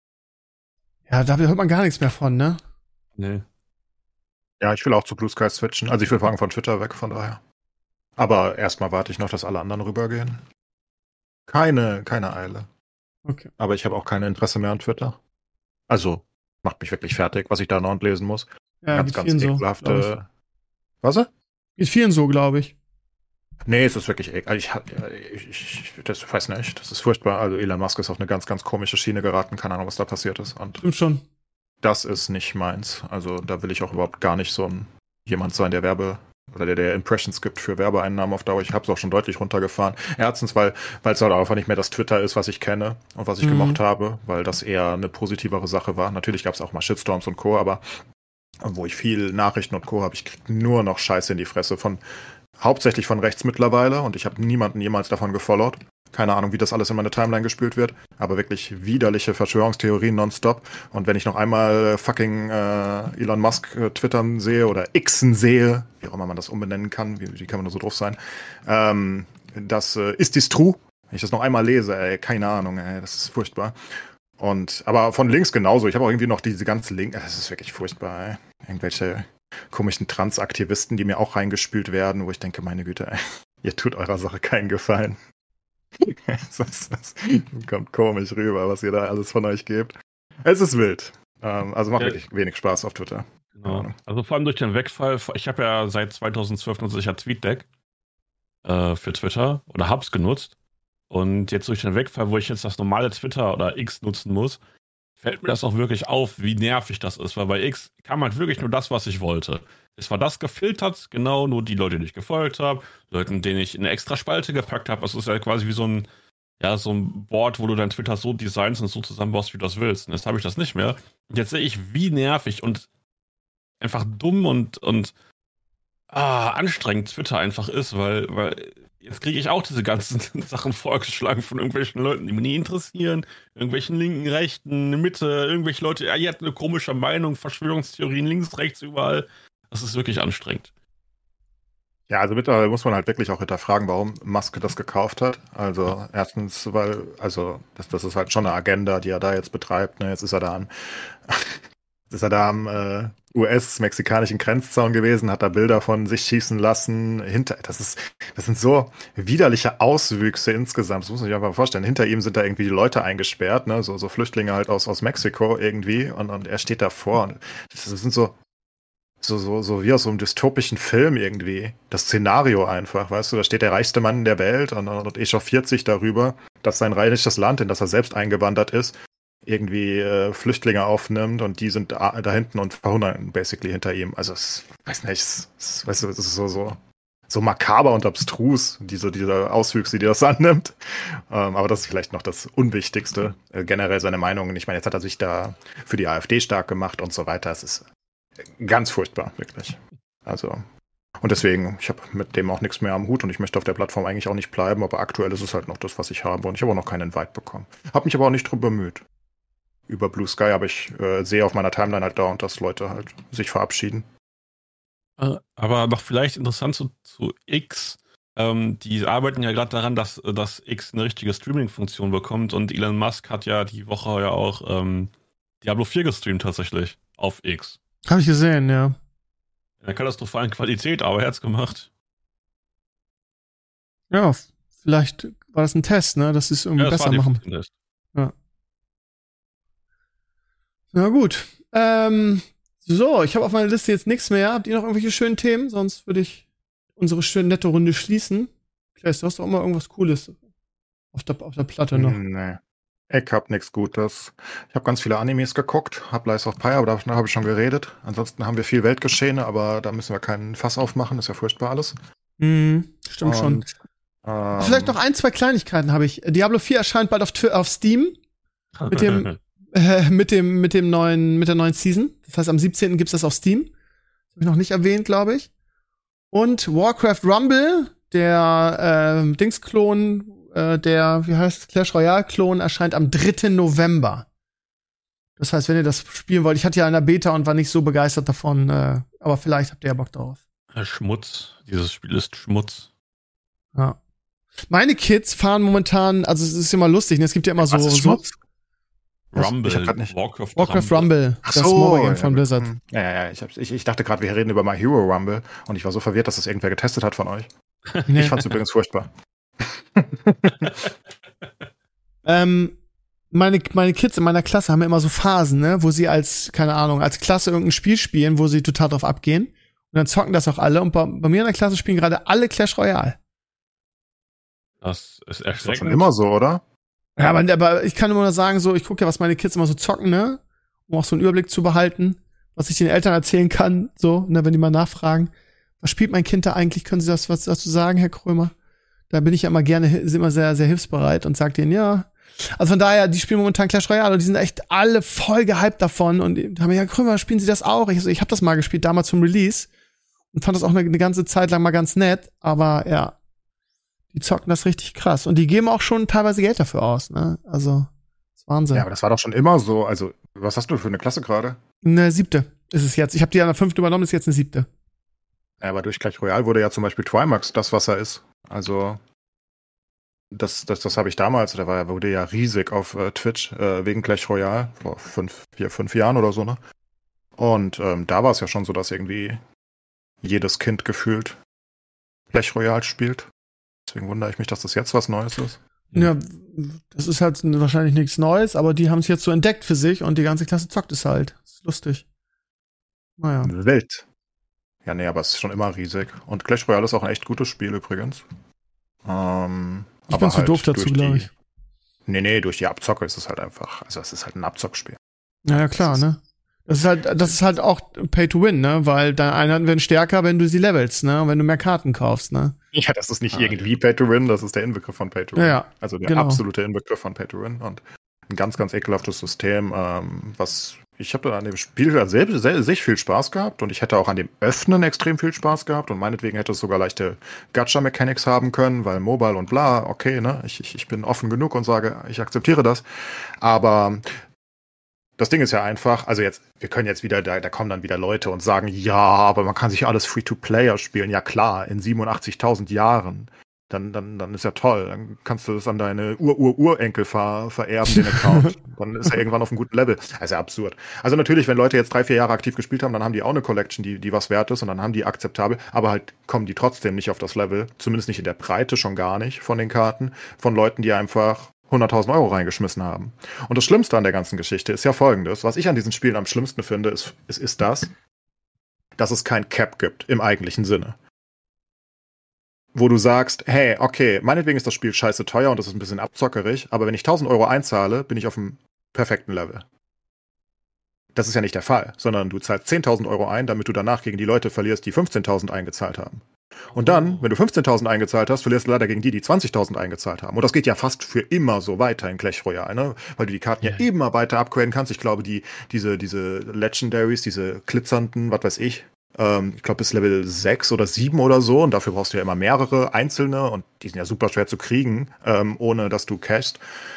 Ja, da hört man gar nichts mehr von, ne? Nee. Ja, ich will auch zu Blue Sky switchen. Also ich will von Twitter weg, von daher. Aber erstmal warte ich noch, dass alle anderen rübergehen. Keine Eile. Okay. Aber ich habe auch kein Interesse mehr an Twitter. Also, macht mich wirklich fertig, was ich da noch lesen muss. Ja, Ganz ekelhafte. Was? Geht vielen so, glaube ich. Nee, es ist wirklich ekelhaft. Ich das weiß nicht. Das ist furchtbar. Also Elon Musk ist auf eine ganz, ganz komische Schiene geraten. Keine Ahnung, was da passiert ist. Und Stimmt schon. das ist nicht meins. Also da will ich auch überhaupt gar nicht so jemand sein, der Impressions gibt für Werbeeinnahmen auf Dauer. Ich habe es auch schon deutlich runtergefahren. Erstens, weil es halt einfach nicht mehr das Twitter ist, was ich kenne und was ich gemocht habe, weil das eher eine positivere Sache war. Natürlich gab es auch mal Shitstorms und Co., aber wo ich viel Nachrichten und Co. habe, ich krieg nur noch Scheiße in die Fresse hauptsächlich von rechts mittlerweile und ich habe niemanden jemals davon gefollowt. Keine Ahnung, wie das alles in meine Timeline gespült wird, aber wirklich widerliche Verschwörungstheorien nonstop. Und wenn ich noch einmal fucking Elon Musk twittern sehe oder Xen sehe, wie auch immer man das umbenennen kann, wie kann man da so drauf sein, das ist dies true. Wenn ich das noch einmal lese, keine Ahnung, das ist furchtbar. Aber von links genauso. Ich habe auch irgendwie noch diese ganze das ist wirklich furchtbar, irgendwelche komischen Transaktivisten, die mir auch reingespült werden, wo ich denke, meine Güte, ihr tut eurer Sache keinen Gefallen. Das kommt komisch rüber, was ihr da alles von euch gebt. Es ist wild. Also macht wirklich wenig Spaß auf Twitter. Genau. Also vor allem durch den Wegfall, ich habe ja seit 2012 nutze ich ja TweetDeck für Twitter oder hab's genutzt. Und jetzt durch den Wegfall, wo ich jetzt das normale Twitter oder X nutzen muss, fällt mir das auch wirklich auf, wie nervig das ist, weil bei X kam halt wirklich nur das, was ich wollte. Es war das gefiltert, genau, nur die Leute, die ich gefolgt habe, Leuten, denen ich in eine extra Spalte gepackt habe. Das ist ja quasi wie so ein Board, wo du dein Twitter so designst und so zusammenbaust, wie du das willst. Und jetzt habe ich das nicht mehr. Und jetzt sehe ich, wie nervig und einfach dumm und anstrengend Twitter einfach ist, weil jetzt kriege ich auch diese ganzen Sachen vorgeschlagen von irgendwelchen Leuten, die mich nie interessieren, irgendwelchen linken, rechten, Mitte, irgendwelche Leute, ihr habt eine komische Meinung, Verschwörungstheorien, links, rechts, überall. Das ist wirklich anstrengend. Ja, also mittlerweile muss man halt wirklich auch hinterfragen, warum Musk das gekauft hat. Also erstens, weil, das ist halt schon eine Agenda, die er da jetzt betreibt. Ne? Jetzt ist er da am US-mexikanischen Grenzzaun gewesen, hat da Bilder von sich schießen lassen. Das sind so widerliche Auswüchse insgesamt. Das muss man sich einfach mal vorstellen. Hinter ihm sind da irgendwie die Leute eingesperrt, ne? So Flüchtlinge halt aus Mexiko irgendwie. Und er steht davor. Und das sind so wie aus so einem dystopischen Film irgendwie. Das Szenario einfach, weißt du, da steht der reichste Mann der Welt und echauffiert sich darüber, dass sein reiches Land, in das er selbst eingewandert ist, irgendwie Flüchtlinge aufnimmt und die sind da hinten und verhungern basically hinter ihm. Also, weiß nicht, weißt du, es ist so so makaber und abstrus, diese Auswüchse, die das annimmt. Aber das ist vielleicht noch das Unwichtigste. Generell seine Meinungen. Ich meine, jetzt hat er sich da für die AfD stark gemacht und so weiter. Es ist ganz furchtbar, wirklich. Also, und deswegen, ich habe mit dem auch nichts mehr am Hut und ich möchte auf der Plattform eigentlich auch nicht bleiben, aber aktuell ist es halt noch das, was ich habe und ich habe auch noch keinen Invite bekommen. Habe mich aber auch nicht drum bemüht. Über Blue Sky, aber ich sehe auf meiner Timeline halt dauernd, dass Leute halt sich verabschieden. Aber noch vielleicht interessant zu X. Die arbeiten ja gerade daran, dass X eine richtige Streaming-Funktion bekommt und Elon Musk hat ja die Woche ja auch Diablo 4 gestreamt tatsächlich auf X. Habe ich gesehen, ja. In einer katastrophalen Qualität, aber er hat's gemacht. Ja, vielleicht war das ein Test, ne, dass sie es irgendwie besser machen. Ja. Na gut. So, ich habe auf meiner Liste jetzt nichts mehr. Habt ihr noch irgendwelche schönen Themen? Sonst würde ich unsere schöne nette Runde schließen. Klaas, du hast doch immer irgendwas Cooles auf der Platte noch. Nee. Ich hab nichts Gutes. Ich habe ganz viele Animes geguckt, hab Lies of Pi, aber da habe ich schon geredet. Ansonsten haben wir viel Weltgeschehene, aber da müssen wir keinen Fass aufmachen. Ist ja furchtbar alles. Stimmt schon. Vielleicht noch 1, 2 Kleinigkeiten habe ich. Diablo 4 erscheint bald auf Steam. Mit der neuen Season. Das heißt, am 17. gibt's das auf Steam. Das habe ich noch nicht erwähnt, glaube ich. Und Warcraft Rumble, der Dings-Klon, wie heißt es, Clash Royale-Klon, erscheint am 3. November. Das heißt, wenn ihr das spielen wollt, ich hatte ja in der Beta und war nicht so begeistert davon, aber vielleicht habt ihr ja Bock drauf. Schmutz. Dieses Spiel ist Schmutz. Ja. Meine Kids fahren momentan, also es ist immer lustig, ne? Es gibt ja immer so Schmutz? Rumble, Warcraft Rumble, Ach das so, Mobile Game von Blizzard. Ja, ich dachte gerade, wir reden über My Hero Rumble und ich war so verwirrt, dass das irgendwer getestet hat von euch. Nee. Ich fand's übrigens furchtbar. Meine Kids in meiner Klasse haben ja immer so Phasen, ne, wo sie als Klasse irgendein Spiel spielen, wo sie total drauf abgehen. Und dann zocken das auch alle. Und bei mir in der Klasse spielen gerade alle Clash Royale. Das ist Das erschreckend. war schon immer so, oder? Ja, aber ich kann immer nur sagen, so, ich gucke ja, was meine Kids immer so zocken, ne, um auch so einen Überblick zu behalten, was ich den Eltern erzählen kann, so, ne, wenn die mal nachfragen, was spielt mein Kind da eigentlich? Können Sie was dazu sagen, Herr Krömer? Da bin ich ja immer sehr, sehr hilfsbereit und sag denen, ja. Also von daher, die spielen momentan Clash Royale und die sind echt alle voll gehypt davon und haben mir, Herr Krömer, spielen Sie das auch? Ich habe das mal gespielt, damals zum Release und fand das auch eine ganze Zeit lang mal ganz nett, aber ja, die zocken das richtig krass und die geben auch schon teilweise Geld dafür aus, ne? Also, das ist Wahnsinn. Ja, aber das war doch schon immer so. Also, was hast du für eine Klasse gerade? Eine 7. ist es jetzt. Ich habe die an der 5. übernommen, ist jetzt eine 7. Ja, aber durch Clash Royale wurde ja zum Beispiel Trimax das, was er ist. Also, das habe ich damals, wurde ja riesig auf Twitch wegen Clash Royale vor 5 Jahren oder so, ne? Und da war es ja schon so, dass irgendwie jedes Kind gefühlt Clash Royale spielt. Deswegen wundere ich mich, dass das jetzt was Neues ist. Ja, das ist halt wahrscheinlich nichts Neues, aber die haben es jetzt so entdeckt für sich und die ganze Klasse zockt es halt. Das ist lustig. Naja. Welt. Ja, nee, aber es ist schon immer riesig. Und Clash Royale ist auch ein echt gutes Spiel übrigens. Ich bin zu doof dazu, glaube ich. Nee, durch die Abzocke ist es halt einfach. Also es ist halt ein Abzockspiel. Ja, klar, ne? Das ist halt auch Pay to Win, ne? Weil deine Einheiten werden stärker, wenn du sie levelst, ne? Und wenn du mehr Karten kaufst, ne? Ja, das ist nicht irgendwie Pay to Win, das ist der Inbegriff von Pay to Win. Ja, also der genau. absolute Inbegriff von Pay to Win. Und ein ganz, ganz ekelhaftes System, ich habe an dem Spiel selbst sehr viel Spaß gehabt und ich hätte auch an dem Öffnen extrem viel Spaß gehabt und meinetwegen hätte es sogar leichte Gacha-Mechanics haben können, weil Mobile und bla, okay, ne? Ich bin offen genug und sage, ich akzeptiere das. Aber das Ding ist ja einfach, also wir können jetzt wieder, da kommen dann wieder Leute und sagen, ja, aber man kann sich alles Free-to-Player spielen. Ja klar, in 87.000 Jahren. Dann ist ja toll. Dann kannst du das an deine Urenkel vererben, den Account. Dann ist er irgendwann auf einem guten Level. Also absurd. Also natürlich, wenn Leute jetzt 3-4 Jahre aktiv gespielt haben, dann haben die auch eine Collection, die was wert ist und dann haben die akzeptabel, aber halt kommen die trotzdem nicht auf das Level, zumindest nicht in der Breite, schon gar nicht von den Karten, von Leuten, die einfach 100.000 Euro reingeschmissen haben. Und das Schlimmste an der ganzen Geschichte ist ja Folgendes. Was ich an diesen Spielen am schlimmsten finde, ist das, dass es kein Cap gibt im eigentlichen Sinne. Wo du sagst, hey, okay, meinetwegen ist das Spiel scheiße teuer und das ist ein bisschen abzockerig, aber wenn ich 1.000 Euro einzahle, bin ich auf dem perfekten Level. Das ist ja nicht der Fall, sondern du zahlst 10.000 Euro ein, damit du danach gegen die Leute verlierst, die 15.000 eingezahlt haben. Und dann, wenn du 15.000 eingezahlt hast, verlierst du leider gegen die 20.000 eingezahlt haben. Und das geht ja fast für immer so weiter in Clash Royale, ne? Weil du die Karten ja immer weiter upgraden kannst. Ich glaube, diese Legendaries, diese glitzernden, was weiß ich glaube bis Level 6 oder 7 oder so. Und dafür brauchst du ja immer mehrere einzelne. Und die sind ja super schwer zu kriegen, ohne dass du cashst.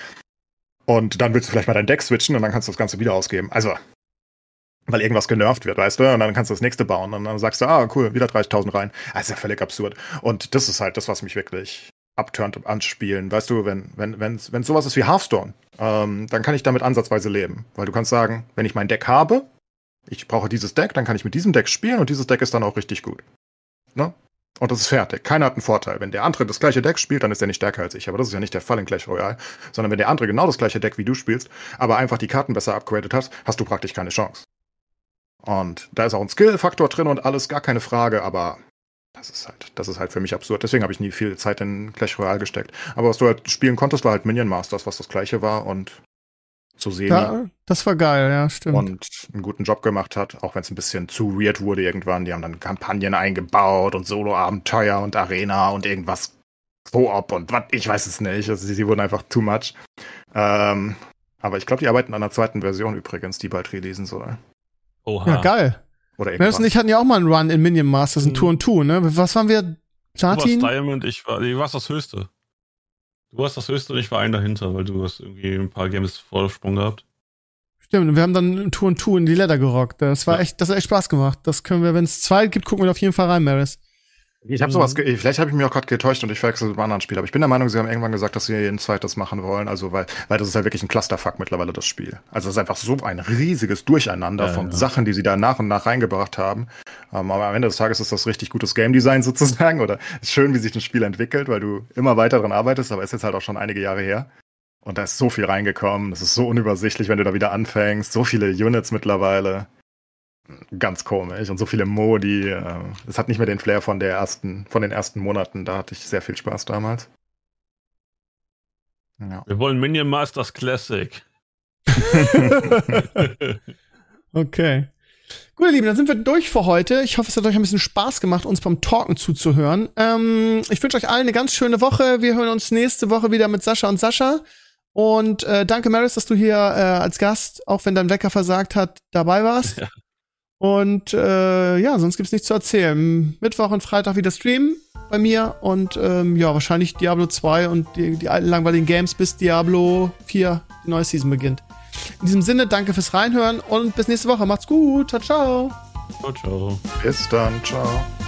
Und dann willst du vielleicht mal dein Deck switchen und dann kannst du das Ganze wieder ausgeben. Also, weil irgendwas genervt wird, weißt du? Und dann kannst du das nächste bauen. Und dann sagst du, cool, wieder 30.000 rein. Das ist ja völlig absurd. Und das ist halt das, was mich wirklich abturnt ans Spielen. Weißt du, wenn sowas ist wie Hearthstone, dann kann ich damit ansatzweise leben. Weil du kannst sagen, wenn ich mein Deck habe, ich brauche dieses Deck, dann kann ich mit diesem Deck spielen und dieses Deck ist dann auch richtig gut. Ne? Und das ist fertig. Keiner hat einen Vorteil. Wenn der andere das gleiche Deck spielt, dann ist er nicht stärker als ich. Aber das ist ja nicht der Fall in Clash Royale. Sondern wenn der andere genau das gleiche Deck wie du spielst, aber einfach die Karten besser upgradet hast, hast du praktisch keine Chance. Und da ist auch ein Skill-Faktor drin und alles, gar keine Frage, aber das ist halt für mich absurd. Deswegen habe ich nie viel Zeit in Clash Royale gesteckt. Aber was du halt spielen konntest, war halt Minion Masters, was das gleiche war und so sehen. Ja, das war geil, ja, stimmt. Und einen guten Job gemacht hat, auch wenn es ein bisschen zu weird wurde irgendwann. Die haben dann Kampagnen eingebaut und Solo-Abenteuer und Arena und irgendwas Koop und was, ich weiß es nicht. Also sie wurden einfach too much. Aber ich glaube, die arbeiten an einer zweiten Version übrigens, die bald releasen soll. Oha. Ja, geil. Oder irgendwas. Meris und ich hatten ja auch mal einen Run in Minion Masters, in Tour und Tour, ne? Was waren wir? Platin? Du warst Diamond, du warst das Höchste. Du warst das Höchste und ich war ein dahinter, weil du hast irgendwie ein paar Games Vorsprung gehabt. Stimmt, und wir haben dann Tour und Tour in die Leather gerockt. Das hat echt Spaß gemacht. Das können wir, wenn es 2 gibt, gucken wir auf jeden Fall rein, Maris. Ich habe sowas, vielleicht habe ich mich auch gerade getäuscht und ich verwechsel mit einem anderen Spiel. Aber ich bin der Meinung, sie haben irgendwann gesagt, dass sie ein zweites machen wollen. Also, weil das ist halt wirklich ein Clusterfuck mittlerweile, das Spiel. Also, es ist einfach so ein riesiges Durcheinander von Sachen, die sie da nach und nach reingebracht haben. Aber am Ende des Tages ist das richtig gutes Game Design sozusagen. Oder ist schön, wie sich ein Spiel entwickelt, weil du immer weiter dran arbeitest. Aber es ist jetzt halt auch schon einige Jahre her. Und da ist so viel reingekommen. Das ist so unübersichtlich, wenn du da wieder anfängst. So viele Units mittlerweile. Ganz komisch und so viele Modi. Es hat nicht mehr den Flair von den ersten Monaten. Da hatte ich sehr viel Spaß damals. Ja. Wir wollen Minion Masters Classic. Okay. Gut, ihr Lieben, dann sind wir durch für heute. Ich hoffe, es hat euch ein bisschen Spaß gemacht, uns beim Talken zuzuhören. Ich wünsche euch allen eine ganz schöne Woche. Wir hören uns nächste Woche wieder mit Sascha und Sascha. Und danke, Maris, dass du hier als Gast, auch wenn dein Wecker versagt hat, dabei warst. Ja. Und sonst gibt's nichts zu erzählen. Mittwoch und Freitag wieder streamen bei mir und wahrscheinlich Diablo 2 und die alten langweiligen Games, bis Diablo 4 die neue Season beginnt. In diesem Sinne, danke fürs Reinhören und bis nächste Woche. Macht's gut. Ciao, ciao. Ciao, ciao. Bis dann. Ciao.